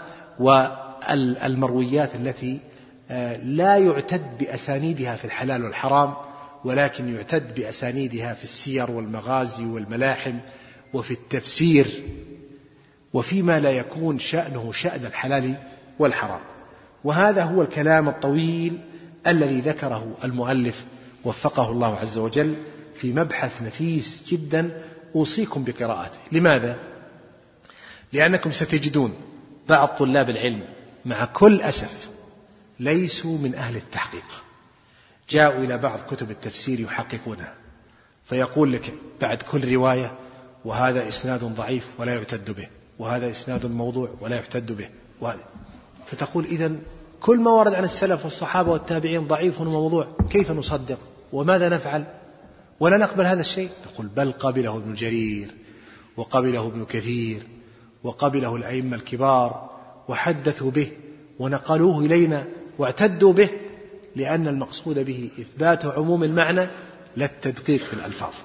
والمرويات التي لا يعتد بأسانيدها في الحلال والحرام، ولكن يعتد بأسانيدها في السير والمغازي والملاحم وفي التفسير وفيما لا يكون شأنه شأن الحلال والحرام. وهذا هو الكلام الطويل الذي ذكره المؤلف وفقه الله عز وجل في مبحث نفيس جدا أوصيكم بقراءته. لماذا؟ لأنكم ستجدون بعض طلاب العلم مع كل أسف ليسوا من أهل التحقيق، جاءوا إلى بعض كتب التفسير يحققونها، فيقول لك بعد كل رواية وهذا إسناد ضعيف ولا يعتد به، وهذا إسناد موضوع ولا يعتد به، وهذا. فتقول إذن كل ما ورد عن السلف والصحابة والتابعين ضعيف وموضوع، كيف نصدق وماذا نفعل؟ ولا نقبل هذا الشيء؟ نقول بل قبله ابن جرير وقبله ابن كثير وقبله الأئمة الكبار وحدثوا به ونقلوه إلينا واعتدوا به، لأن المقصود به إثبات عموم المعنى لا التدقيق في الألفاظ.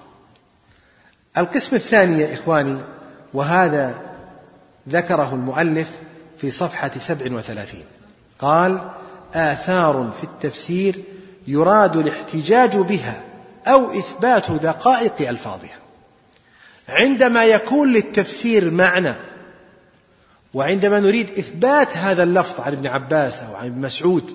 القسم الثاني يا إخواني، وهذا ذكره المؤلف في صفحة سبع وثلاثين، قال آثار في التفسير يراد الاحتجاج بها أو إثبات دقائق ألفاظها. عندما يكون للتفسير معنى وعندما نريد إثبات هذا اللفظ عن ابن عباس أو عن ابن مسعود،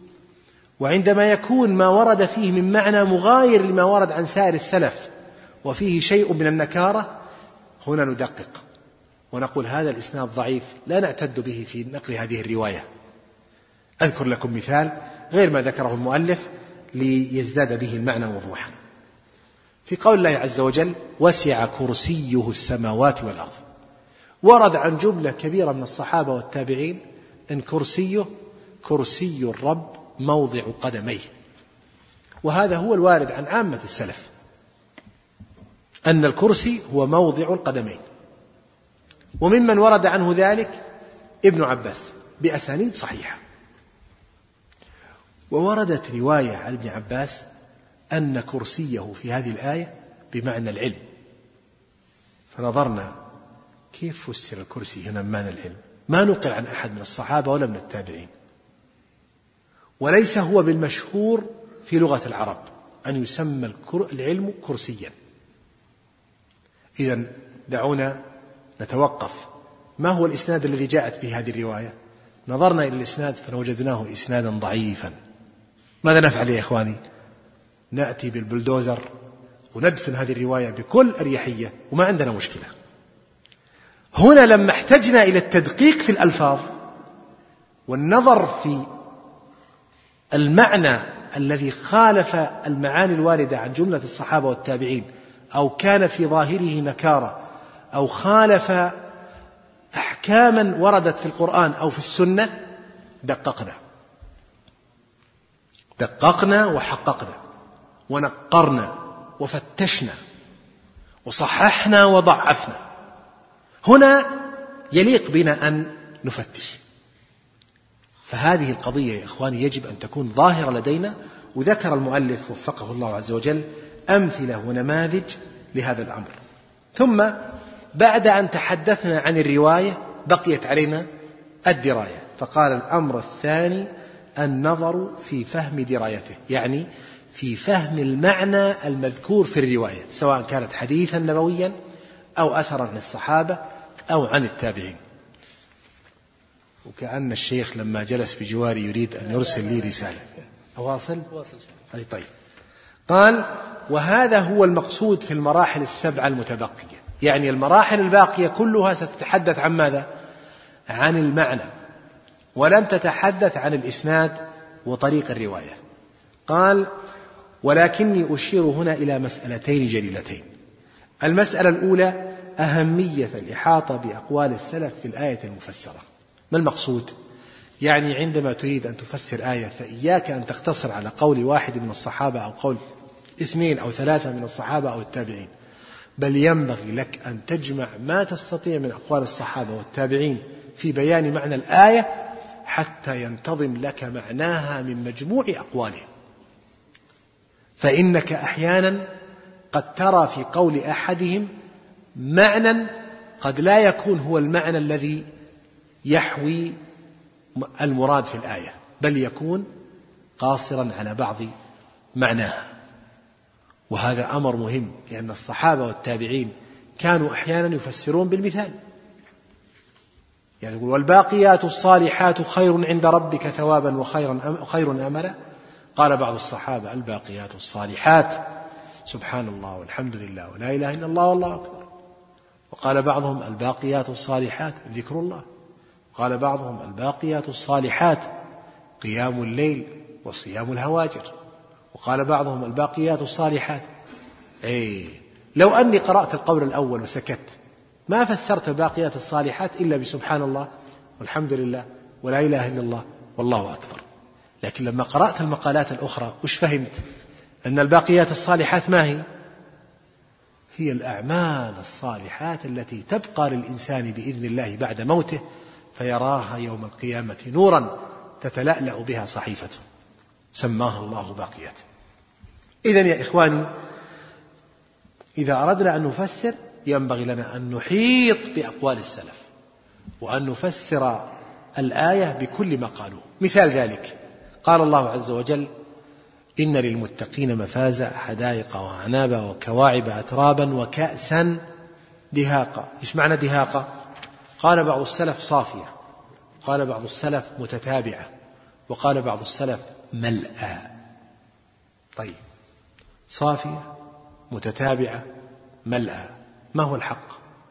وعندما يكون ما ورد فيه من معنى مغاير لما ورد عن سائر السلف وفيه شيء من النكارة، هنا ندقق ونقول هذا الإسناد ضعيف لا نعتد به في نقل هذه الرواية. أذكر لكم مثال غير ما ذكره المؤلف ليزداد به المعنى وضوحا. في قول الله عز وجل وسع كرسيه السماوات والأرض، ورد عن جملة كبيرة من الصحابة والتابعين إن كرسيه كرسي الرب موضع قدميه، وهذا هو الوارد عن عامة السلف أن الكرسي هو موضع القدمين. وممن ورد عنه ذلك ابن عباس بأسانيد صحيحة. ووردت رواية عن ابن عباس أن كرسيه في هذه الآية بمعنى العلم، فنظرنا كيف فسر الكرسي هنا بمعنى العلم؟ ما نقل عن أحد من الصحابة ولا من التابعين، وليس هو بالمشهور في لغة العرب أن يسمى العلم كرسيا. إذن دعونا نتوقف، ما هو الإسناد الذي جاءت به هذه الرواية؟ نظرنا إلى الإسناد فوجدناه إسنادا ضعيفا. ماذا نفعل يا إخواني؟ نأتي بالبلدوزر وندفن هذه الرواية بكل أريحية وما عندنا مشكلة. هنا لما احتجنا إلى التدقيق في الألفاظ والنظر في المعنى الذي خالف المعاني الواردة عن جملة الصحابة والتابعين، أو كان في ظاهره نكارة، أو خالف أحكاما وردت في القرآن أو في السنة، دققنا دققنا وحققنا ونقرنا وفتشنا وصححنا وضعفنا. هنا يليق بنا أن نفتش. فهذه القضية يا إخواني يجب أن تكون ظاهرة لدينا. وذكر المؤلف وفقه الله عز وجل أمثلة ونماذج لهذا الأمر. ثم بعد أن تحدثنا عن الرواية بقيت علينا الدراية، فقال الأمر الثاني النظر في فهم درايته، يعني في فهم المعنى المذكور في الرواية، سواء كانت حديثا نبويا أو أثرا عن الصحابة أو عن التابعين. وكأن الشيخ لما جلس بجواري يريد أن يرسل لي رسالة. أواصل؟ أي طيب. قال وهذا هو المقصود في المراحل السبعة المتبقية، يعني المراحل الباقية كلها ستتحدث عن ماذا؟ عن المعنى، ولم تتحدث عن الإسناد وطريق الرواية. قال ولكني أشير هنا إلى مسألتين جليلتين. المسألة الأولى أهمية الإحاطة بأقوال السلف في الآية المفسرة. ما المقصود؟ يعني عندما تريد أن تفسر آية فإياك أن تقتصر على قول واحد من الصحابة أو قول اثنين أو ثلاثة من الصحابة أو التابعين، بل ينبغي لك أن تجمع ما تستطيع من أقوال الصحابة والتابعين في بيان معنى الآية حتى ينتظم لك معناها من مجموع أقوالهم. فإنك أحيانا قد ترى في قول أحدهم معنى قد لا يكون هو المعنى الذي يحوي المراد في الآية، بل يكون قاصرا على بعض معناها. وهذا أمر مهم، لأن الصحابة والتابعين كانوا أحيانا يفسرون بالمثال، يعني يقول والباقيات الصالحات خير عند ربك ثوابا وخير خير أملا. قال بعض الصحابة الباقيات الصالحات سبحان الله والحمد لله ولا إله إلا الله والله أكبر. وقال بعضهم الباقيات الصالحات ذكر الله. قال بعضهم الباقيات الصالحات قيام الليل وصيام الهواجر. وقال بعضهم الباقيات الصالحات. أي لو أني قرأت القول الأول وسكت ما فسرت باقيات الصالحات إلا بسبحان الله والحمد لله ولا إله إلا الله والله أكبر. لكن لما قرأت المقالات الأخرى وش فهمت؟ أن الباقيات الصالحات ما هي؟ هي الأعمال الصالحات التي تبقى للإنسان بإذن الله بعد موته فيراها يوم القيامة نورا تتلألأ بها صحيفته، سماها الله باقيات. إذن يا إخواني إذا أردنا أن نفسر ينبغي لنا أن نحيط بأقوال السلف وأن نفسر الآية بكل ما قالوه. مثال ذلك قال الله عز وجل إن للمتقين مفازا حدائق وعنابا وكواعب أترابا وكأسا دهاقا. إيش معنى دهاقا؟ قال بعض السلف صافية، قال بعض السلف متتابعة، وقال بعض السلف ملأى. طيب صافية متتابعة ملأى، ما هو الحق؟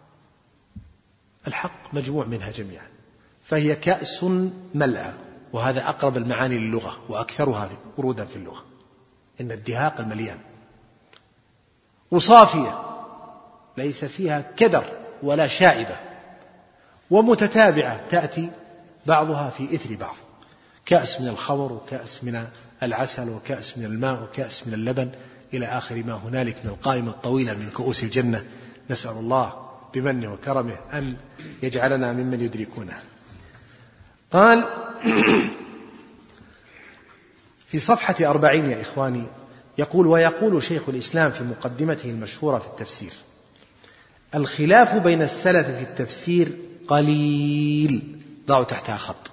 الحق مجموع منها جميعا، فهي كأس ملأى، وهذا أقرب المعاني للغة وأكثرها ورودا في اللغة، إن الدهاق المليان. وصافية ليس فيها كدر ولا شائبة، ومتتابعة تأتي بعضها في إثر بعض، كأس من الخمر وكأس من العسل وكأس من الماء وكأس من اللبن إلى آخر ما هنالك من القائمة الطويلة من كؤوس الجنة. نسأل الله بمنه وكرمه أن يجعلنا ممن يدركونه. قال في صفحة أربعين يا إخواني يقول ويقول شيخ الإسلام في مقدمته المشهورة في التفسير الخلاف بين السلف في التفسير قليل. ضعوا تحتها خط.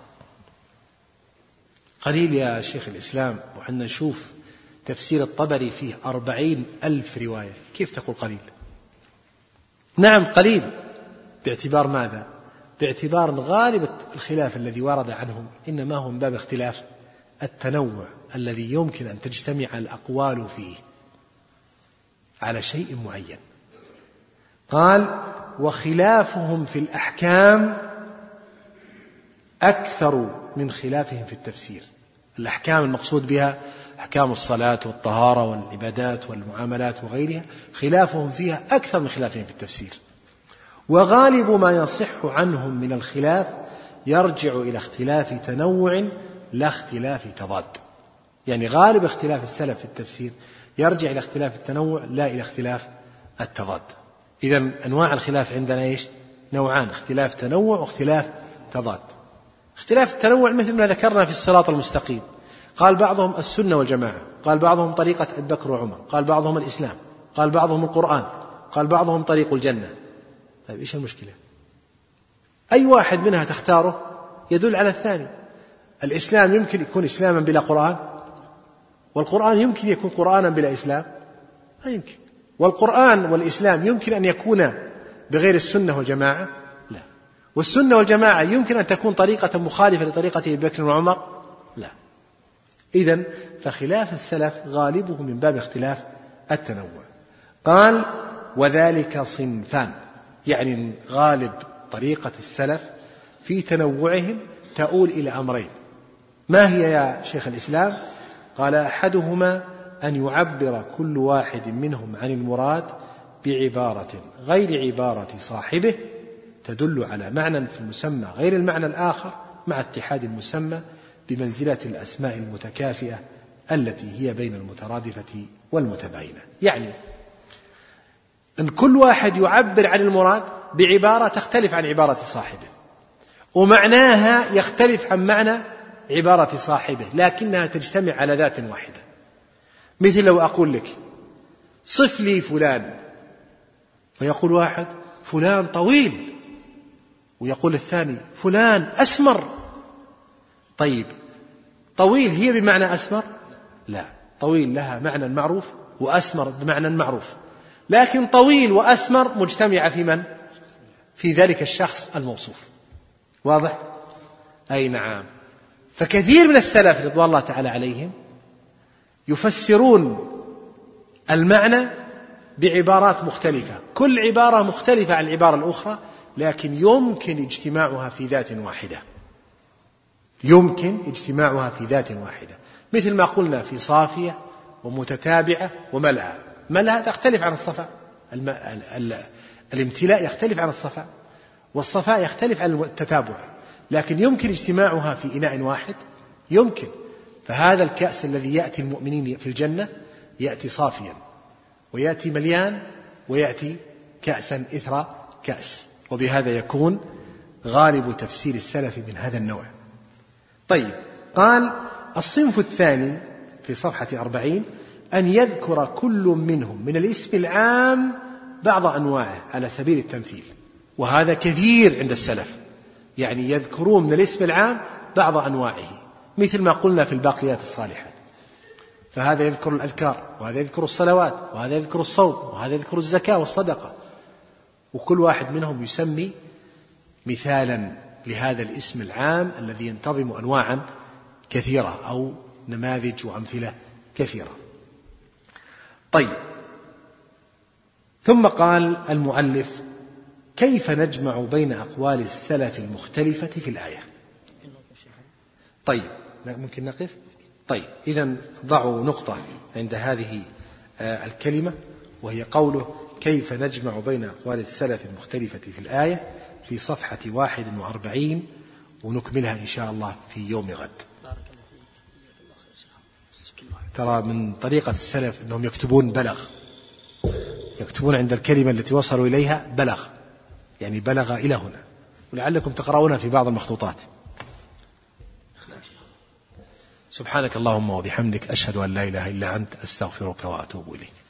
قليل يا شيخ الإسلام، وحنا نشوف تفسير الطبري فيه أربعين ألف رواية، كيف تقول قليل؟ نعم قليل، باعتبار ماذا؟ باعتبار غالب الخلاف الذي ورد عنهم إنما هو من باب اختلاف التنوع الذي يمكن أن تجتمع الأقوال فيه على شيء معين. قال وخلافهم في الأحكام أكثر من خلافهم في التفسير. الأحكام المقصود بها أحكام الصلاة والطهارة والعبادات والمعاملات وغيرها، خلافهم فيها أكثر من خلافهم في التفسير. وغالب ما يصح عنهم من الخلاف يرجع إلى اختلاف تنوع لا اختلاف تضاد. يعني غالب اختلاف السلف في التفسير يرجع إلى اختلاف التنوع لا إلى اختلاف التضاد. إذن أنواع الخلاف عندنا إيش؟ نوعان، اختلاف تنوع واختلاف تضاد. اختلاف التنوع مثل ما ذكرنا في الصراط المستقيم، قال بعضهم السنة والجماعة، قال بعضهم طريقة أبي بكر وعمر، قال بعضهم الإسلام، قال بعضهم القرآن، قال بعضهم طريق الجنة. طيب إيش المشكلة؟ أي واحد منها تختاره يدل على الثاني. الإسلام يمكن يكون إسلاما بلا قرآن، والقرآن يمكن يكون قرآنا بلا إسلام، لا يمكن. والقرآن والإسلام يمكن أن يكون بغير السنة والجماعة، لا. والسنة والجماعة يمكن أن تكون طريقة مخالفة لطريقة أبي بكر وعمر، لا. إذن فخلاف السلف غالبه من باب اختلاف التنوع. قال وذلك صنفان، يعني غالب طريقة السلف في تنوعهم تؤول إلى أمرين. ما هي يا شيخ الإسلام؟ قال أحدهما أن يعبر كل واحد منهم عن المراد بعبارة غير عبارة صاحبه تدل على معنى في المسمى غير المعنى الآخر، مع اتحاد المسمى بمنزلة الأسماء المتكافئة التي هي بين المترادفة والمتباينة. يعني أن كل واحد يعبر عن المراد بعبارة تختلف عن عبارة صاحبه، ومعناها يختلف عن معنى عبارة صاحبه، لكنها تجتمع على ذات واحدة. مثل لو أقول لك صف لي فلان، فيقول واحد فلان طويل، ويقول الثاني فلان أسمر. طيب طويل هي بمعنى أسمر؟ لا، طويل لها معنى معروف وأسمر بمعنى معروف، لكن طويل وأسمر مجتمعة في من؟ في ذلك الشخص الموصوف. واضح؟ أي نعم. فكثير من السلف رضوان الله تعالى عليهم يفسرون المعنى بعبارات مختلفة، كل عبارة مختلفة عن العبارة الأخرى، لكن يمكن اجتماعها في ذات واحدة، يمكن اجتماعها في ذات واحدة. مثل ما قلنا في صافية ومتتابعة وملأ. ملأ تختلف عن الصفاء، الم... ال... ال... الامتلاء يختلف عن الصفاء، والصفاء يختلف عن التتابع، لكن يمكن اجتماعها في إناء واحد، يمكن. فهذا الكأس الذي يأتي المؤمنين في الجنة يأتي صافيا، ويأتي مليان، ويأتي كأسا إثر كأس. وبهذا يكون غالب تفسير السلف من هذا النوع. طيب، قال الصنف الثاني في صفحة أربعين أن يذكر كل منهم من الاسم العام بعض أنواعه على سبيل التمثيل، وهذا كثير عند السلف، يعني يذكرون من الاسم العام بعض أنواعه، مثل ما قلنا في الباقيات الصالحات. فهذا يذكر الأذكار، وهذا يذكر الصلوات، وهذا يذكر الصوم، وهذا يذكر الزكاة والصدقة، وكل واحد منهم يسمي مثالا لهذا الاسم العام الذي ينتظم أنواعا كثيرة أو نماذج وأمثلة كثيرة. طيب، ثم قال المؤلف كيف نجمع بين أقوال السلف المختلفة في الآية؟ طيب، ممكن نقف؟ طيب، إذن ضعوا نقطة عند هذه الكلمة، وهي قوله كيف نجمع بين أقوال السلف المختلفة في الآية في صفحة واحد وأربعين، ونكملها إن شاء الله في يوم غد. ترى من طريقة السلف أنهم يكتبون بلغ، يكتبون عند الكلمة التي وصلوا إليها بلغ، يعني بلغ إلى هنا، ولعلكم تقرؤونها في بعض المخطوطات. سبحانك اللهم وبحمدك، أشهد أن لا إله إلا أنت، أستغفرك وأتوب إليك.